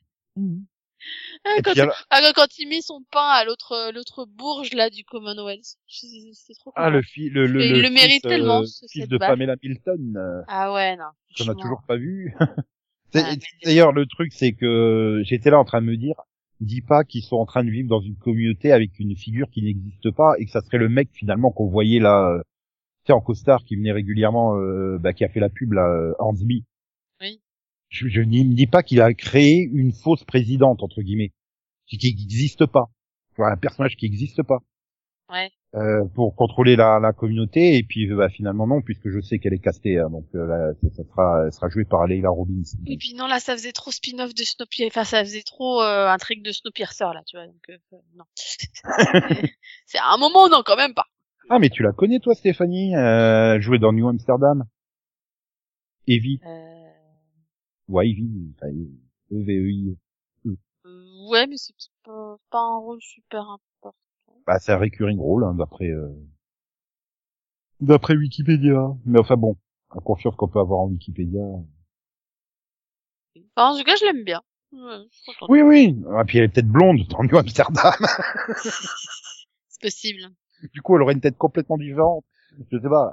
Et puis, alors... Quand il met son pain à l'autre bourge, là, du Commonwealth. C'est trop cool. Ah, le il le mérite tellement, fils de Pamela Milton. Ah ouais, non. Qu'on n'a toujours pas vu. Ah, D'ailleurs, le truc, c'est que j'étais là en train de me dire, dis pas qu'ils sont en train de vivre dans une communauté avec une figure qui n'existe pas et que ça serait le mec finalement qu'on voyait là, tu sais, en costard qui venait régulièrement, qui a fait la pub là, Hansby. Oui. Je ne dis pas qu'il a créé une fausse présidente entre guillemets, qui n'existe pas, un personnage qui n'existe pas. Ouais. Pour contrôler la communauté et puis finalement non puisque je sais qu'elle est castée hein, donc là, elle sera jouée par Leila Robbins. Et puis non là ça faisait trop spin-off de Snowpiercer, enfin ça faisait trop intrigue de Snowpiercer là tu vois donc non. C'est à un moment non quand même pas. Ah, mais tu la connais, toi, Stéphanie? Elle jouait dans New Amsterdam. Evie. Ouais, Evie. Enfin, E-V-E-I. Ouais, mais c'est pas un rôle super important. Bah, c'est un recurring role, hein, d'après Wikipédia. Mais enfin bon, la confiance qu'on peut avoir en Wikipédia. Enfin, en tout cas, je l'aime bien. Ouais, je suis contente. Oui, oui. Ah, puis elle est peut-être blonde dans New Amsterdam. C'est possible. Du coup, elle aurait une tête complètement différente. Je sais pas.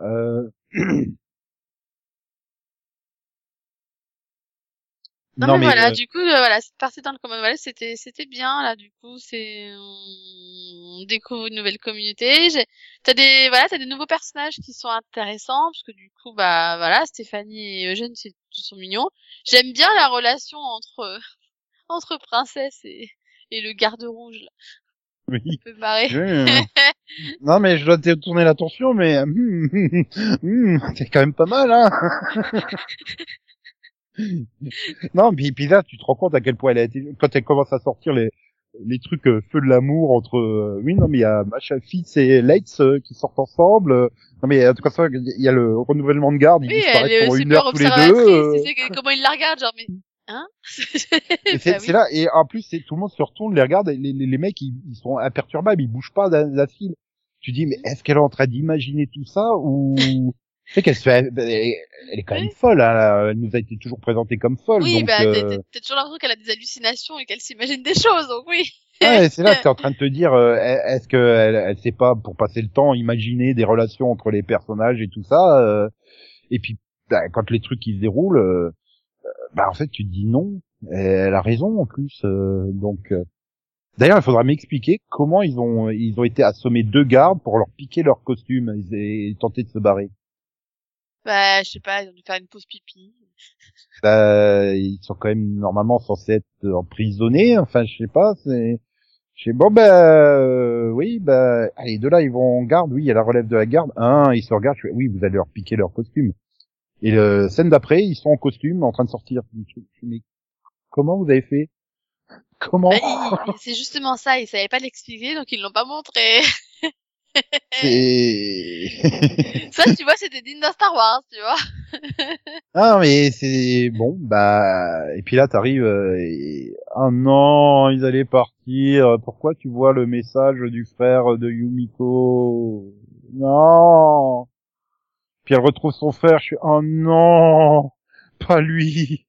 Non Non, mais mais voilà, du coup, voilà, cette partie dans le Commonwealth, c'était bien là. Du coup, on découvre une nouvelle communauté. T'as des nouveaux personnages qui sont intéressants parce que du coup, bah voilà, Stéphanie et Eugène, ils sont mignons. J'aime bien la relation entre princesse et le garde rouge là. Ça oui. peut marrer. Non, mais je dois te tourner l'attention, mais c'est quand même pas mal, hein. Non, puis là, tu te rends compte à quel point elle a été, quand elle commence à sortir les trucs feu de l'amour entre, oui, non, mais il y a machin Fitz et Leitz qui sortent ensemble. Non, mais en tout cas, il y a le renouvellement de garde, ils Oui, elle disparaissent est pendant une super heure tous les observatrice. Tu deux. sais comment il la regarde, genre mais hein? Et Bah c'est oui. là, et en plus, tout le monde se retourne, les regarde, et les mecs, ils sont imperturbables, ils bougent pas de la file. Tu dis, mais est-ce qu'elle est en train d'imaginer tout ça, ou, tu sais qu'elle se fait, elle est quand même Oui. folle, hein, elle nous a été toujours présentée comme folle, Oui, donc, bah t'as toujours l'impression qu'elle a des hallucinations et qu'elle s'imagine des choses, donc oui. ouais, c'est là que t'es en train de te dire, est-ce que elle sait pas, pour passer le temps, imaginer des relations entre les personnages et tout ça, et puis, bah, quand les trucs qui se déroulent, bah, en fait, tu te dis non. Et elle a raison, en plus, donc, d'ailleurs, il faudra m'expliquer comment ils ont été assommés 2 gardes pour leur piquer leur costume et tenter de se barrer. Bah, je sais pas, ils ont dû faire une pause pipi. Ils sont quand même normalement censés être emprisonnés. Enfin, je sais pas. Bon, bah oui, bah allez, de là ils vont en garde. Oui, il y a la relève de la garde. Ils se regardent. Oui, vous allez leur piquer leur costume. Et le scène d'après, ils sont en costume, en train de sortir du truc. Mais comment vous avez fait? Bah, Comment? c'est justement ça, ils savaient pas l'expliquer, donc ils l'ont pas montré. C'est Ça, tu vois, c'était digne d'un Star Wars, tu vois. Ah, mais c'est bon, bah, et puis là, t'arrives, ah non, ils allaient partir, pourquoi tu vois le message du frère de Yumiko? Non! Puis elle retrouve son frère, je suis, oh non! Pas lui!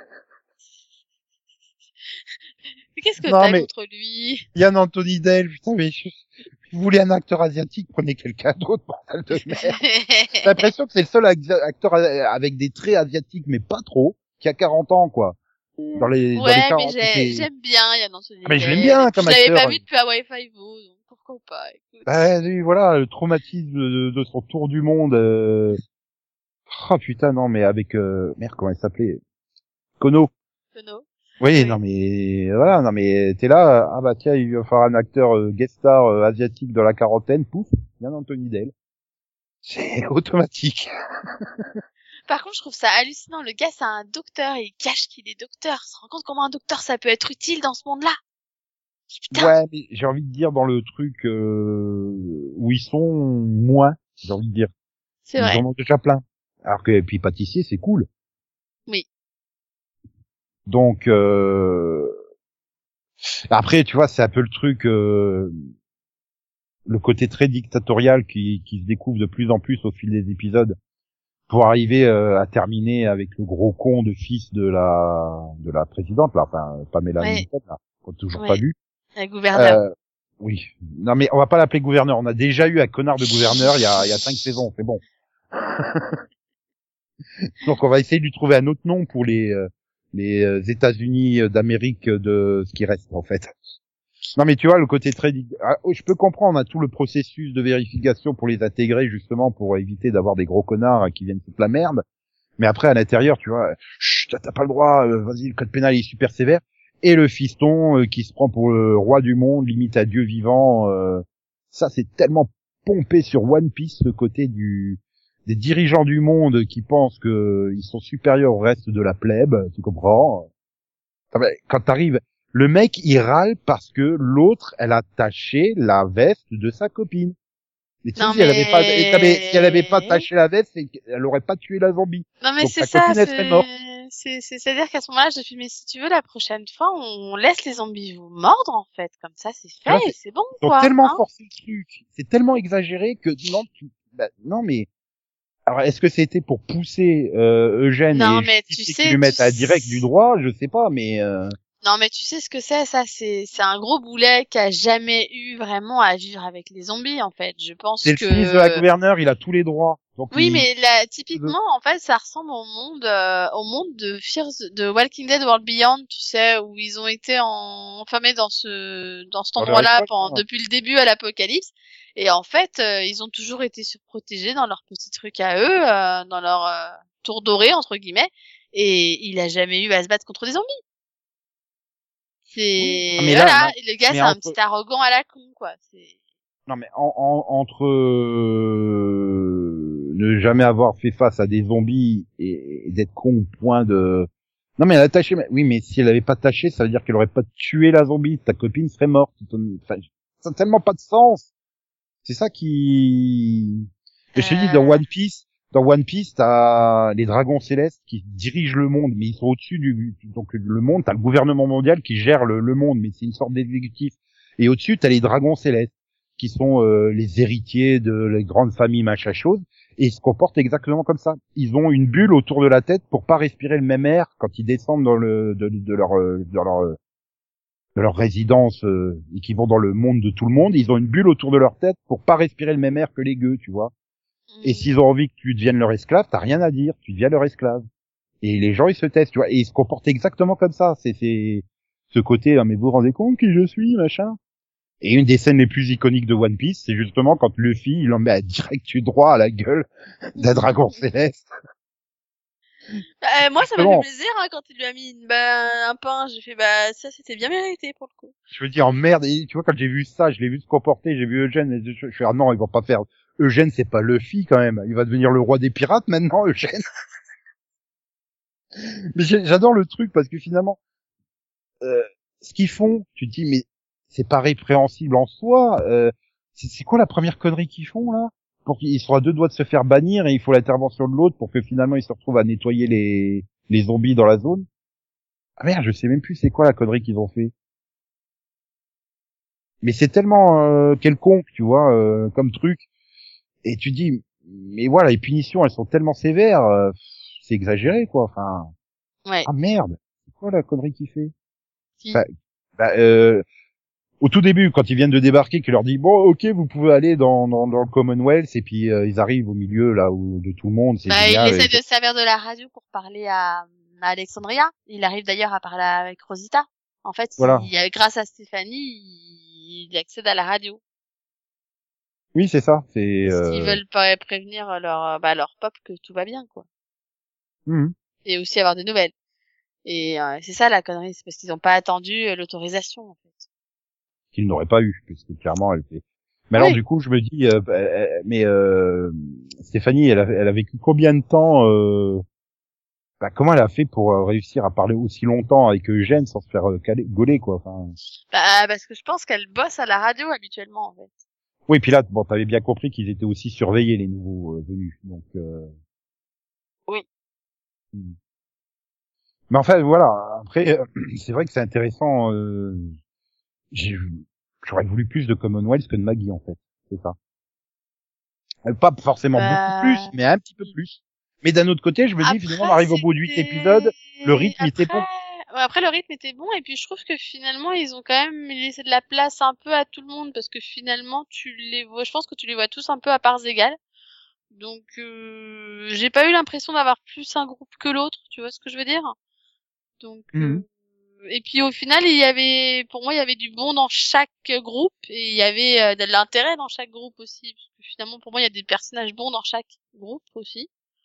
Mais qu'est-ce que Non, t'as mais, contre lui? Yann Anthony Dale, putain, mais vous voulez un acteur asiatique, prenez quelqu'un d'autre, bordel de merde. J'ai l'impression que c'est le seul acteur avec des traits asiatiques, mais pas trop, qui a 40 ans, quoi. Dans les Ouais, mais 40, j'aime bien Yann Ah, Anthony mais je l'aime Dale. Et bien puis comme je l'avais acteur. pas vu depuis Hawaii Five-O, donc pourquoi pas, écoute. Bah, lui, voilà, le traumatisme de son tour du monde. Oh putain, non, mais avec merde, comment il s'appelait? Kono. Sono. Oui, non Oui. mais voilà, non mais t'es là, ah bah tiens, il va faire un acteur guest star asiatique dans la quarantaine, pouf, bien Anthony Dale. C'est automatique. Par contre, je trouve ça hallucinant. Le gars, c'est un docteur et il cache qu'il est docteur. Tu te rends compte comment un docteur, ça peut être utile dans ce monde-là? Putain. Ouais, mais j'ai envie de dire dans le truc où ils sont moins, j'ai envie de dire, C'est ils vrai. en ont déjà plein. Alors que puis pâtissier, c'est cool. Oui. Donc après, tu vois, c'est un peu le truc, le côté très dictatorial qui se découvre de plus en plus au fil des épisodes, pour arriver à terminer avec le gros con de fils de la présidente là, enfin Pamela Ouais. Anderson là, qu'on a toujours pas Ouais. vu. Un gouverneur. Oui, non mais on va pas l'appeler gouverneur. On a déjà eu un connard de gouverneur il y a 5 saisons, c'est bon. Donc on va essayer de lui trouver un autre nom pour les États-Unis d'Amérique de ce qui reste en fait. Non mais tu vois le côté très je peux comprendre, on a tout le processus de vérification pour les intégrer justement pour éviter d'avoir des gros connards qui viennent foutre la merde, mais après à l'intérieur tu vois, chut, t'as pas le droit, vas-y, le code pénal est super sévère, et le fiston qui se prend pour le roi du monde, limite à Dieu vivant, ça c'est tellement pompé sur One Piece, ce côté des dirigeants du monde qui pensent que ils sont supérieurs au reste de la plèbe, tu comprends? Quand t'arrives, le mec il râle parce que l'autre elle a taché la veste de sa copine. Mais tu Non sais, si elle avait pas, si elle avait pas mais taché la veste, elle aurait pas tué la zombie. non mais Donc c'est ta ça, copine, elle serait morte. c'est-à-dire qu'à ce moment-là, je suis mais si tu veux la prochaine fois, on laisse les zombies vous mordre en fait, comme ça c'est Tu fait vois, et c'est bon ils ont quoi, tellement hein. forcé le truc, c'est tellement exagéré que non, non mais alors est-ce que c'était pour pousser Eugène Non et mais tu justifier qu'ils sais, lui mettent à direct du droit, je sais pas, mais non mais tu sais ce que c'est ça, c'est un gros boulet qui a jamais eu vraiment à vivre avec les zombies en fait. Je c'est pense le fils de la que gouverneure, il a tous les droits, donc oui, il mais là, typiquement, en fait, ça ressemble au monde de de Walking Dead World Beyond, tu sais, où ils ont été enfermés dans cet dans leur endroit-là école. Hein. depuis le début à l'apocalypse. Et en fait, ils ont toujours été surprotégés dans leur petit truc à eux, dans leur tour doré, entre guillemets. Et il a jamais eu à se battre contre des zombies. Oui, non, C'est, mais là, voilà, non, le gars, mais c'est un entre petit arrogant à la con, quoi. C'est, non mais entre ne jamais avoir fait face à des zombies et d'être con au point de non mais elle a taché oui mais si elle avait pas taché ça veut dire qu'elle aurait pas tué la zombie, ta copine serait morte. Enfin, ça n'a tellement pas de sens. C'est ça qui et je te dis euh, dans One Piece t'as les dragons célestes qui dirigent le monde mais ils sont au-dessus donc le monde, t'as le gouvernement mondial qui gère le monde mais c'est une sorte d'exécutif et au-dessus t'as les dragons célestes qui sont les héritiers de les grandes familles machin chose et ils se comportent exactement comme ça. Ils ont une bulle autour de la tête pour pas respirer le même air quand ils descendent dans le de leur résidence et qui vont dans le monde de tout le monde, ils ont une bulle autour de leur tête pour pas respirer le même air que les gueux, tu vois. Et hmm. s'ils ont envie que tu deviennes leur esclave, t'as rien à dire, tu deviens leur esclave. Et les gens ils se testent, tu vois, et ils se comportent exactement comme ça. C'est ce côté, ah, mais vous vous rendez compte qui je suis, machin. Et une des scènes les plus iconiques de One Piece, c'est justement quand Luffy, il en met à direct du droit à la gueule d'un dragon céleste. Moi, ça m'a fait Justement, plaisir hein, quand il lui a mis un pain. J'ai fait bah ça c'était bien mérité pour le coup. je veux dire, merde, et tu vois, quand j'ai vu ça, je l'ai vu se comporter, j'ai vu Eugène, et je fais, ah non, ils vont pas faire, Eugène, c'est pas Luffy, quand même. Il va devenir le roi des pirates, maintenant, Eugène. Mais j'adore le truc, parce que finalement, euh, ce qu'ils font, tu te dis, mais c'est pas répréhensible en soi, c'est quoi la première connerie qu'ils font, là? Pour qu'ils soient à deux doigts de se faire bannir, et il faut l'intervention de l'autre pour que finalement ils se retrouvent à nettoyer les zombies dans la zone. Ah merde, je sais même plus c'est quoi la connerie qu'ils ont fait. Mais c'est tellement quelconque, tu vois, comme truc. Et tu dis, mais voilà, les punitions, elles sont tellement sévères, c'est exagéré, quoi. Enfin, Ouais. ah merde, c'est quoi la connerie qu'il fait? Qui Enfin, bah, au tout début, quand ils viennent de débarquer, qu'il leur dit, bon, ok, vous pouvez aller dans le Commonwealth, et puis ils arrivent au milieu là où de tout le monde, c'est bah il génial. essaie de se servir de la radio pour parler à Alexandria. Il arrive d'ailleurs à parler avec Rosita. En fait, Voilà. grâce à Stéphanie, il accède à la radio. Oui, c'est ça. C'est. Parce qu'ils veulent pas prévenir leur peuple que tout va bien, quoi. Mhm. Et aussi avoir des nouvelles. Et c'est ça la connerie, c'est parce qu'ils ont pas attendu l'autorisation, en fait. Qu'il n'aurait pas eu, puisque clairement, elle fait. Mais alors, Oui. du coup, je me dis, mais Stéphanie, elle a vécu combien de temps bah, comment elle a fait pour réussir à parler aussi longtemps avec Eugène sans se faire gauler, quoi. Enfin, Bah, parce que je pense qu'elle bosse à la radio habituellement, en fait. oui, puis là, bon, t'avais bien compris qu'ils étaient aussi surveillés les nouveaux venus, donc. Oui. Hmm. Mais enfin, voilà. Après, c'est vrai que c'est intéressant. J'ai- J'aurais voulu plus de Commonwealth que de Maggie, en fait. C'est ça. Pas forcément beaucoup plus, Bah, mais un petit peu oui. plus. Mais d'un autre côté, je me dis, finalement, on Après, arrive au bout de 8 épisodes, le rythme il était après, bon. ouais, après le rythme était bon et puis je trouve que finalement ils ont quand même laissé de la place un peu à tout le monde parce que finalement tu les vois, je pense que tu les vois tous un peu à parts égales. Donc j'ai pas eu l'impression d'avoir plus un groupe que l'autre, tu vois ce que je veux dire? Donc Mhm. et puis au final pour moi il y avait du bon dans chaque groupe et il y avait de l'intérêt dans chaque groupe aussi parce que finalement pour moi il y a des personnages bons dans chaque groupe aussi.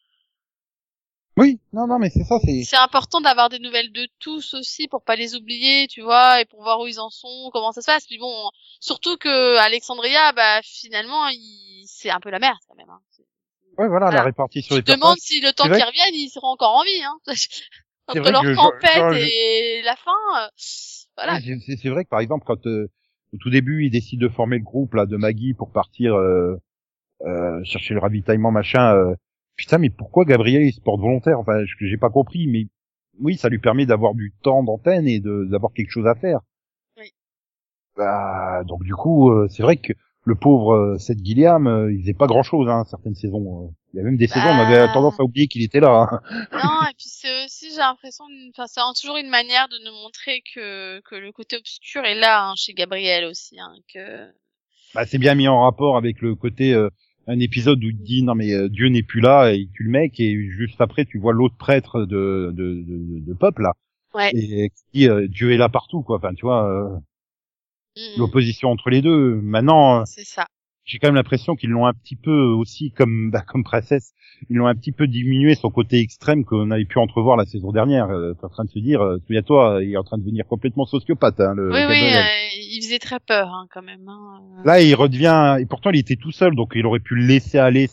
Oui, non, non, mais c'est ça, c'est. C'est important d'avoir des nouvelles de tous aussi pour pas les oublier, tu vois, et pour voir où ils en sont, comment ça se passe. Puis bon, surtout que Alexandria, bah finalement, c'est un peu la merde quand même. Hein. Ouais, voilà, la Voilà. répartition Tu des te demandes personnages. si le C'est temps vrai, qu'ils reviennent, ils seront encore en vie. Hein. c'est Entre vrai leur que tempête et la fin, voilà. ouais, c'est vrai que par exemple, quand au tout début, ils décident de former le groupe là de Maggie pour partir chercher le ravitaillement machin. Putain, mais pourquoi Gabriel il se porte volontaire? Enfin, j'ai pas compris, mais oui, ça lui permet d'avoir du temps d'antenne et d'avoir quelque chose à faire. Oui. Bah, donc du coup, c'est vrai que le pauvre Seth Gilliam, il faisait pas grand-chose, hein, certaines saisons. Il y a même des saisons, on avait tendance à oublier qu'il était là. Hein. Non, et puis c'est aussi, j'ai l'impression, enfin, c'est toujours une manière de nous montrer que le côté obscur est là, hein, chez Gabriel aussi, hein, que... Bah, c'est bien mis en rapport avec le côté un épisode où il dit non mais Dieu n'est plus là et il tue le mec et juste après tu vois l'autre prêtre de peuple là Ouais. et qui dit Dieu est là partout quoi. Enfin tu vois Mm, l'opposition entre les deux. Maintenant c'est ça. j'ai quand même l'impression qu'ils l'ont un petit peu aussi comme Princess, ils l'ont un petit peu diminué son côté extrême qu'on avait pu entrevoir la saison dernière. T'es en train de se dire souviens-toi il est en train de devenir complètement sociopathe hein, le Oui, Gabriel. il faisait très peur, hein, quand même, hein. Là, il redevient, et pourtant il était tout seul, donc il aurait pu laisser aller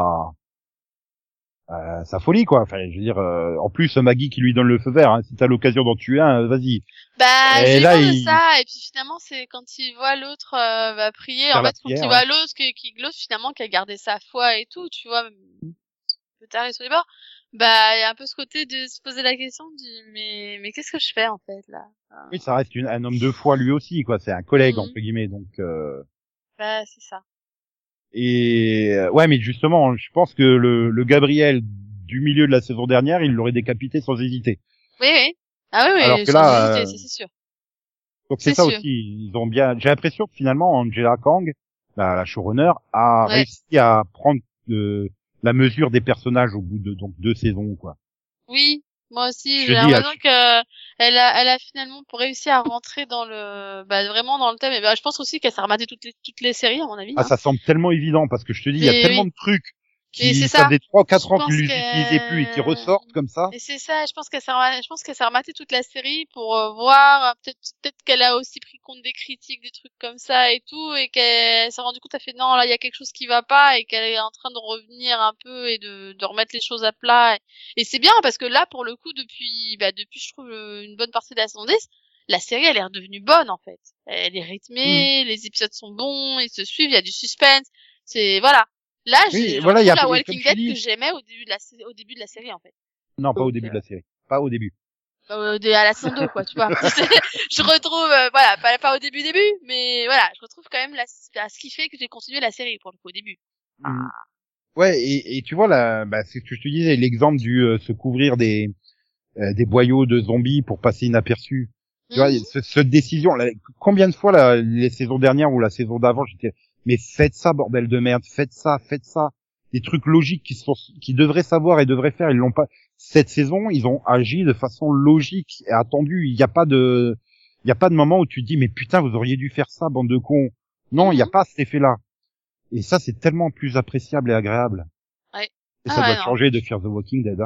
sa folie, quoi. Enfin, je veux dire, en plus Maggie qui lui donne le feu vert, hein, si t'as l'occasion d'en tuer un, vas-y. Bah, Et je lui là, demande de il ça, et puis finalement, c'est quand il voit l'autre va prier, faire en la fait, quand prière, il ouais. voit l'autre l'autre finalement qui a gardé sa foi et tout, tu vois, un peu taré sur les bords, bah, il y a un peu ce côté de se poser la question du mais qu'est-ce que je fais en fait là? Oui, ça reste un homme de foi lui aussi, quoi. C'est un collègue Mhm. entre guillemets, donc. Bah, c'est ça. Et ouais, mais justement, je pense que le Gabriel du milieu de la saison dernière, il l'aurait décapité sans hésiter. Oui, oui. Ah oui, Alors oui, que sans là, hésiter, c'est sûr. donc c'est C'est ça sûr. aussi. Ils ont bien. J'ai l'impression que finalement Angela Kang, la showrunner, a Ouais. réussi à prendre la mesure des personnages au bout de donc 2 saisons, quoi. Oui, moi aussi, Je j'ai te dis, l'impression que elle a finalement pour réussir à rentrer dans bah, vraiment dans le thème. Et bah, je pense aussi qu'elle s'est rematée toutes les séries, à mon avis, ah, hein. ça semble tellement évident parce que je te dis, il y a Mais tellement oui. de trucs Mais c'est qui, ça ça. faisait 3 Je 4 ans qu'ils pense les utilisaient plus et qui que ressortent comme ça. et c'est ça, je pense qu'elle s'est rematée toute la série pour voir peut-être qu'elle a aussi pris compte des critiques, des trucs comme ça et tout et qu'elle s'est rendue compte, elle fait non, là il y a quelque chose qui va pas et qu'elle est en train de revenir un peu et de remettre les choses à plat et c'est bien parce que là pour le coup depuis je trouve une bonne partie de la saison 10, la série elle est redevenue bonne en fait. Elle est Mhm. rythmée, les épisodes sont bons, ils se suivent, il y a du suspense. C'est voilà. Là, Oui, je voilà, retrouve la comme Walking je te Dead que dis, j'aimais au début de la série, en fait. non, pas au Donc, début de la série. Pas au début. à la saison 2, quoi, tu vois. Je retrouve, voilà, pas au début, mais voilà, je retrouve quand même ce qui fait que j'ai continué la série, pour le coup, au début. Mhm. Ah. Ouais, et tu vois là, bah, c'est ce que je te disais, l'exemple du se couvrir des boyaux de zombies pour passer inaperçu. Tu vois, Mhm. cette décision, là, combien de fois là, les saisons dernières ou la saison d'avant, j'étais, mais faites ça, bordel de merde, faites ça, faites ça. Des trucs logiques qui devraient savoir et devraient faire, ils l'ont pas. Cette saison, ils ont agi de façon logique et attendue. Il y a pas de moment où tu te dis, mais putain, vous auriez dû faire ça, bande de cons. Non, il y a Mhm. pas cet effet-là. Et ça, c'est tellement plus appréciable et agréable. Ouais. Et Ah ça ouais, doit non. changer de Fear the Walking Dead, hein.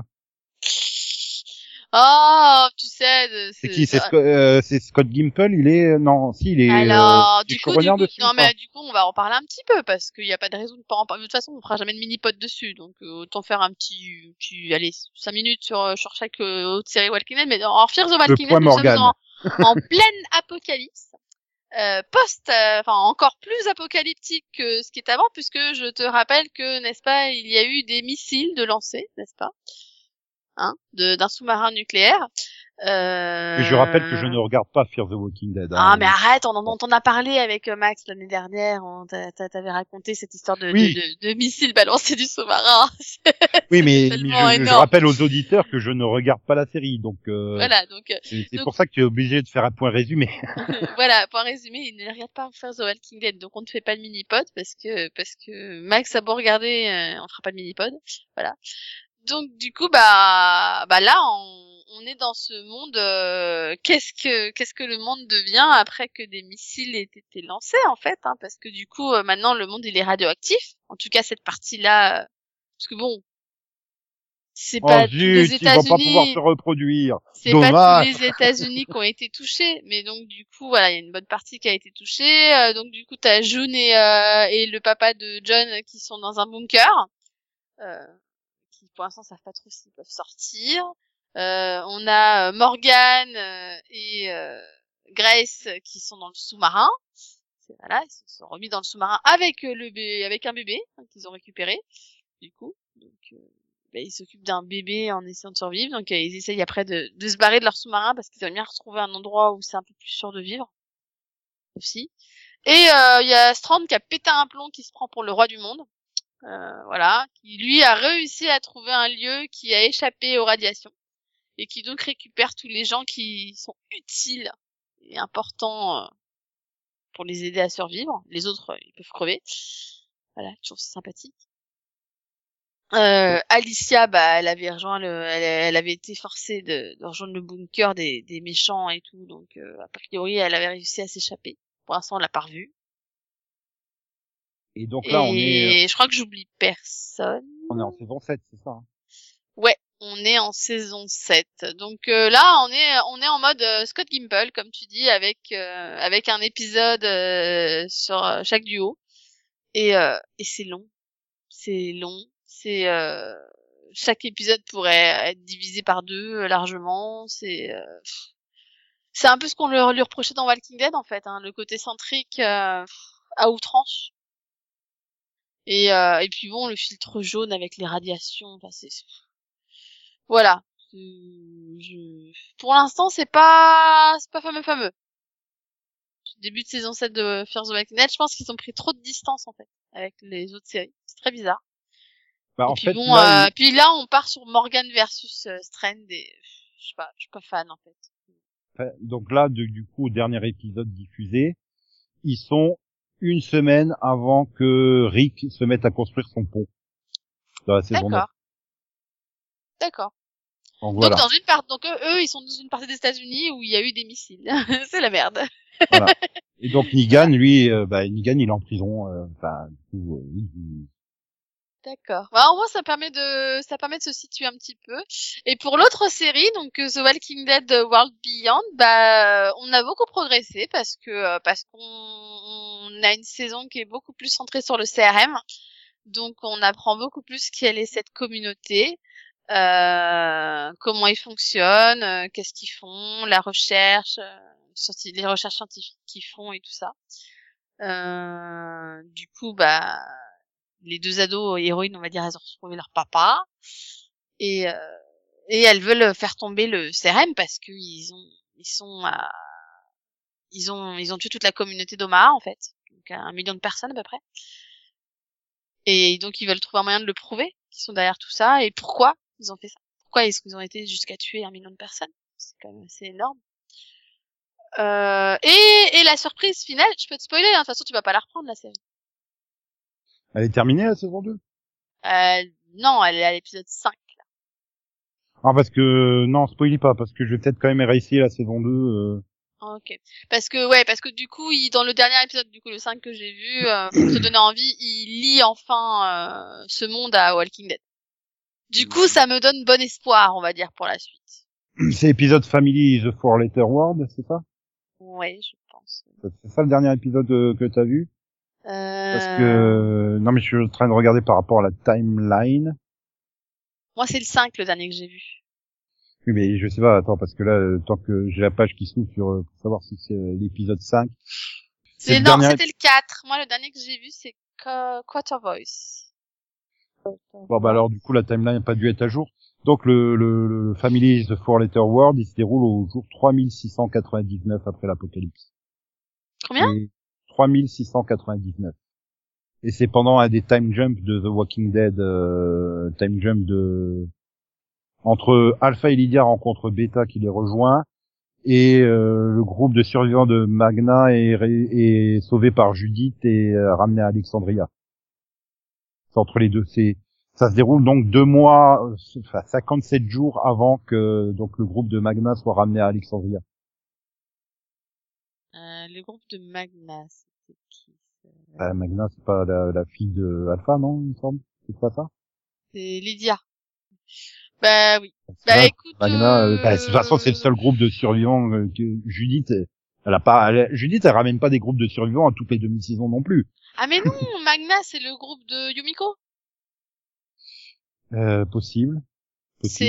Oh, tu sais, C'est qui? c'est C'est Scott Gimple, il est, non, si, alors, il est du showrunner coup, dessus ou non, pas? mais du coup, on va en parler un petit peu parce qu'il n'y a pas de raison de pas en parler. De toute façon, on fera jamais de mini-pod dessus, donc autant faire un allez, 5 minutes sur chaque autre série Walking Dead. Mais en Fear the Le Walking Dead, point nous sommes Morgan. en pleine apocalypse, enfin encore plus apocalyptique que ce qui est avant, puisque je te rappelle que, n'est-ce pas, il y a eu des missiles de lancer, n'est-ce pas, hein, d'un sous-marin nucléaire. Et je rappelle que Euh, je ne regarde pas Fear the Walking Dead, Ah mais hein. arrête, on en a parlé avec Max l'année dernière, t'avais raconté cette histoire Oui, de missiles balancés du sous-marin. oui, C'était mais tellement je énorme. rappelle aux auditeurs que je ne regarde pas la série, donc Voilà, c'est donc pour ça que tu es obligé de faire un point résumé. voilà, pour résumer, il ne regarde pas Fear the Walking Dead, donc on ne fait pas de mini-pod parce que Max a beau regarder, on fera pas de mini-pod. Voilà. Donc du coup bah là on est dans ce monde qu'est-ce que le monde devient après que des missiles aient été lancés en fait, hein, parce que du coup maintenant le monde il est radioactif, en tout cas cette partie-là, parce que bon, c'est Oh pas tous les zut, ils vont pas pouvoir se États-Unis reproduire. c'est pas tous Dommage. les États-Unis qui ont été touchés, mais donc du coup voilà, il y a une bonne partie qui a été touchée, donc du coup t'as June et le papa de John qui sont dans un bunker. Euh, qui pour l'instant savent pas trop s'ils peuvent sortir. On a Morgan et Grace qui sont dans le sous-marin. Voilà, ils se sont remis dans le sous-marin avec avec un bébé qu'ils ont récupéré. Du coup, donc ils s'occupent d'un bébé en essayant de survivre. Donc ils essayent après de se barrer de leur sous-marin parce qu'ils aiment bien retrouver un endroit où c'est un peu plus sûr de vivre aussi. Et il y a Strand qui a pété un plomb, qui se prend pour le roi du monde. Voilà, qui lui a réussi à trouver un lieu qui a échappé aux radiations et qui donc récupère tous les gens qui sont utiles et importants pour les aider à survivre. Les autres, ils peuvent crever. Voilà, toujours c'est sympathique. Alicia, elle avait rejoint elle avait été forcée de rejoindre le bunker des méchants et tout, donc a priori elle avait réussi à s'échapper. Pour l'instant on l'a pas revue. Et donc là, je crois que j'oublie personne. On est en saison 7, c'est ça? Hein. Ouais, on est en saison 7. Donc là, on est en mode Scott Gimple, comme tu dis, avec un épisode sur chaque duo. Et c'est long. C'est long. Chaque épisode pourrait être divisé par 2 largement. C'est un peu ce qu'on lui reprochait dans Walking Dead en fait, hein, le côté centrique à outrance. Et puis bon, le filtre jaune avec les radiations, enfin voilà. Pour l'instant, c'est pas fameux. Début de saison 7 de Fear the Walking Dead, je pense qu'ils ont pris trop de distance en fait avec les autres séries. C'est très bizarre. Bah, et en puis fait, bon, puis là, on part sur Morgan versus Strand et je suis pas fan en fait. Donc là, du coup, au dernier épisode diffusé, ils sont une semaine avant que Rick se mette à construire son pont dans la saison 9. D'accord. Donc voilà. Donc donc eux, ils sont dans une partie des États-Unis où il y a eu des missiles. C'est la merde. Voilà. Et donc Negan, lui, Negan, il est en prison. Du coup, D'accord. Bah, au moins, ça permet de se situer un petit peu. Et pour l'autre série, donc The Walking Dead World Beyond, on a beaucoup progressé parce qu'on a une saison qui est beaucoup plus centrée sur le CRM. Donc, on apprend beaucoup plus quelle est cette communauté, comment ils fonctionnent, qu'est-ce qu'ils font, la recherche, les recherches scientifiques qu'ils font et tout ça. Du coup, les 2 ados héroïnes, on va dire, elles ont retrouvé leur papa et elles veulent faire tomber le CRM parce que ils ont tué toute la communauté d'Omaha en fait, donc 1 million de personnes à peu près. Et donc ils veulent trouver un moyen de le prouver qu'ils sont derrière tout ça et pourquoi ils ont fait ça. Pourquoi est-ce qu'ils ont été jusqu'à tuer 1 million de personnes? C'est quand même assez énorme. Et la surprise finale, je peux te spoiler, hein, de toute façon tu vas pas la reprendre la série. Elle est terminée la saison 2? Non, elle est à l'épisode 5. Là. Ah parce que non, spoilie pas parce que je vais peut-être quand même réessayer la saison 2. Ok. Parce que du coup, dans le dernier épisode, du coup le 5 que j'ai vu, pour te donner envie, il lie enfin ce monde à Walking Dead. Du coup, ça me donne bon espoir, on va dire, pour la suite. C'est épisode Family The Four Letter Word, c'est ça? Ouais, je pense. C'est ça le dernier épisode que t'as vu? Parce que non mais je suis en train de regarder par rapport à la timeline. Moi, c'est le 5 le dernier que j'ai vu. Oui mais je sais pas, attends parce que là tant que j'ai la page qui s'ouvre pour savoir si c'est l'épisode 5. Non, c'était le 4. Moi, le dernier que j'ai vu, c'est Quarter Voice. Bon alors du coup la timeline n'a pas dû être à jour. Donc le Family The Four Letter Word, il se déroule au jour 3699 après l'apocalypse. Combien? 3699. Et c'est pendant un des time jumps de The Walking Dead, time jump entre Alpha et Lydia rencontre Beta qui les rejoint et le groupe de survivants de Magna est sauvé par Judith et ramené à Alexandria. C'est entre les deux. Ça se déroule donc 2 mois, 57 jours avant que donc le groupe de Magna soit ramené à Alexandria. Le groupe de Magna, c'était qui Magna, c'est pas la fille de Alpha, non, il me semble. C'est pas ça? C'est Lydia. Bah oui. Écoute. Magna, de toute façon, c'est le seul groupe de survivants que Judith. Judith, elle ramène pas des groupes de survivants à toutes les demi-saisons non plus. Ah mais non, Magna, c'est le groupe de Yumiko. Possible.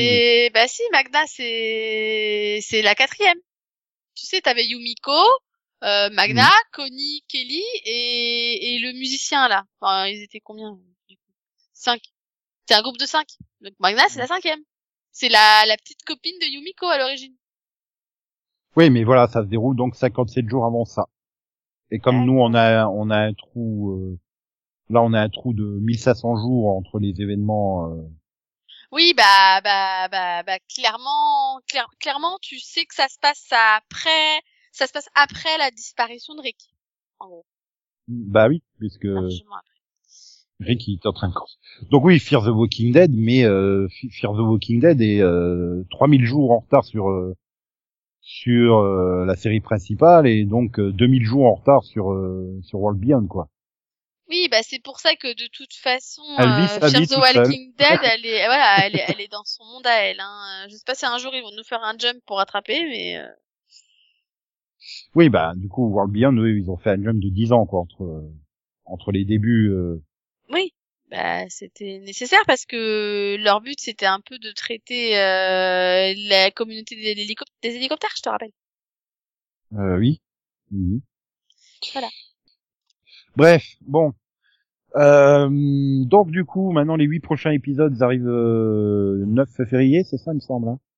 Si, Magna, c'est la 4e. Tu sais, t'avais Yumiko, Magna, Connie, Kelly et le musicien là. Enfin, ils étaient combien du coup? 5. C'est un groupe de 5. Donc Magna, c'est la 5e. C'est la petite copine de Yumiko à l'origine. Oui, mais voilà, ça se déroule donc 57 jours avant ça. Et comme nous, on a un trou, là, on a un trou de 1500 jours entre les événements. Oui, clairement, tu sais que ça se passe après la disparition de Rick. En gros. Bah oui, puisque Largement après. Rick il est en train de... Donc oui, Fear the Walking Dead, mais Fear the Walking Dead est 3000 jours en retard sur la série principale et donc 2000 jours en retard sur World Beyond, quoi. Oui, c'est pour ça que de toute façon, Elle vit sa Fear vie the toute seule. Walking Dead, elle est dans son monde à elle. Hein. Je sais pas si un jour ils vont nous faire un jump pour rattraper, mais Oui, du coup, World Beyond, eux, ils ont fait un jump de 10 ans, quoi, entre les débuts. oui, c'était nécessaire parce que leur but c'était un peu de traiter la communauté des hélicoptères, je te rappelle. Oui. Oui. Voilà. Bref, bon. Donc du coup, maintenant les 8 prochains épisodes arrivent 9 février, c'est ça, il me semble. Hein,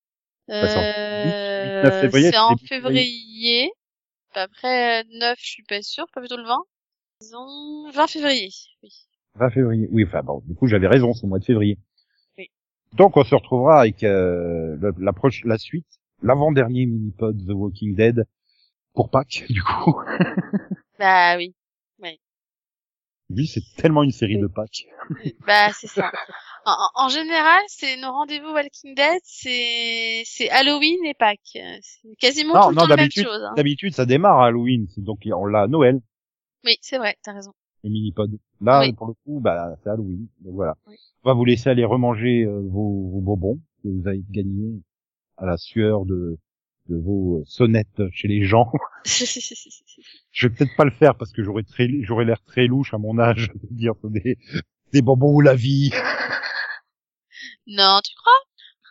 8-9 février, C'est en début février. février. Après 9, je suis pas sûre, pas plutôt le 20. Disons 20 février. Oui. 20 février. Oui, enfin bon, du coup j'avais raison, c'est le mois de février. Oui. Donc on se retrouvera avec la suite, l'avant-dernier mini-pod The Walking Dead pour Pâques, du coup. Bah oui. Oui. Oui, c'est tellement une série de Pâques. C'est ça. En général, c'est nos rendez-vous Walking Dead, c'est Halloween et Pâques. C'est quasiment tout le temps la même chose. Hein. D'habitude ça démarre à Halloween, donc on l'a à Noël. Oui, c'est vrai, t'as raison. Le mini-pod. Là, Oui. pour le coup, c'est Halloween. Donc voilà. Oui. On va vous laisser aller remanger vos bonbons que vous avez gagnés à la sueur de vos sonnettes chez les gens. Je vais peut-être pas le faire parce que j'aurais l'air très louche à mon âge de dire des bonbons ou la vie. Non, tu crois?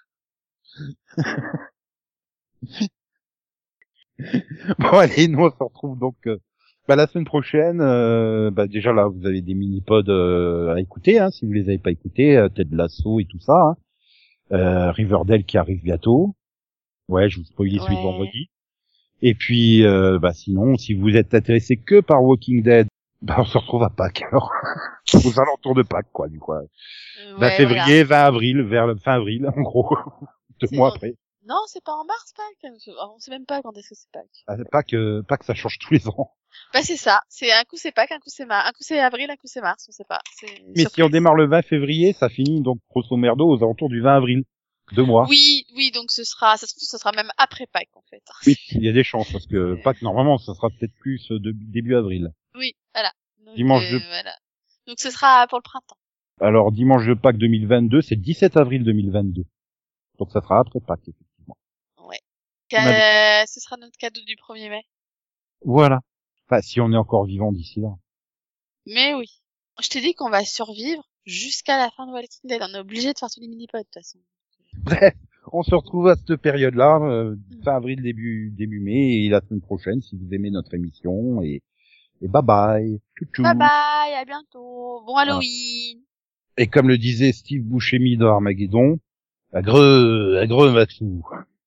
Bon allez, nous on se retrouve donc la semaine prochaine. Déjà là, vous avez des mini-pods à écouter, hein, si vous les avez pas écoutés, Ted Lasso et tout ça. Hein. Riverdale qui arrive bientôt. Ouais, je vous spoil celui de vendredi. Et puis, sinon, si vous êtes intéressé que par Walking Dead, on se retrouve à Pâques, alors. Aux alentours de Pâques, quoi, du coup. 20 février, voilà. 20 avril, vers le fin avril, en gros. 2 mois après. Non, c'est pas en mars, Pâques. On sait même pas quand est-ce que c'est Pâques. Pâques, ça change tous les ans. C'est ça. C'est un coup c'est Pâques, un coup c'est mars, un coup c'est avril, un coup c'est mars, on sait pas. Mais surprise. Si on démarre le 20 février, ça finit donc grosso merdo aux alentours du 20 avril. 2 mois. Oui, donc ça se trouve, ce sera même après Pâques, en fait. Oui, il y a des chances, parce que Pâques, normalement, ça sera peut-être plus début avril. Oui, voilà. Donc, voilà. Donc ce sera pour le printemps. Alors, dimanche de Pâques 2022, c'est le 17 avril 2022. Donc ça sera après Pâques, effectivement. Ouais. Ce sera notre cadeau du 1er mai. Voilà. Enfin, si on est encore vivant d'ici là. Mais oui. Je t'ai dit qu'on va survivre jusqu'à la fin de Walking Dead. On est obligé de faire tous les mini-pods, de toute façon. Bref, on se retrouve à cette période-là, fin avril, début mai, et la semaine prochaine, si vous aimez notre émission, et bye bye. Tchou-tchou. Bye bye, à bientôt. Bon Halloween. Et comme le disait Steve Buscemi dans Armageddon, agreux Matsu.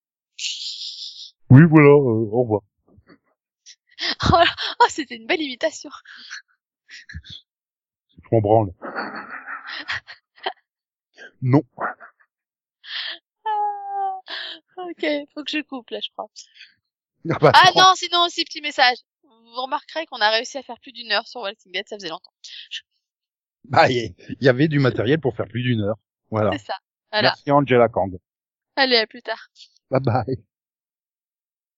Oui, voilà, au revoir. Oh, c'était une belle imitation. Je m'en branle. Non. Ok, faut que je coupe là, je crois. Non. Sinon aussi petit message. Vous remarquerez qu'on a réussi à faire plus d'1 heure sur Walking Dead, ça faisait longtemps. Il y avait du matériel pour faire plus d'1 heure. Voilà. C'est ça. Voilà. Merci Angela Kang. Allez, à plus tard. Bye bye.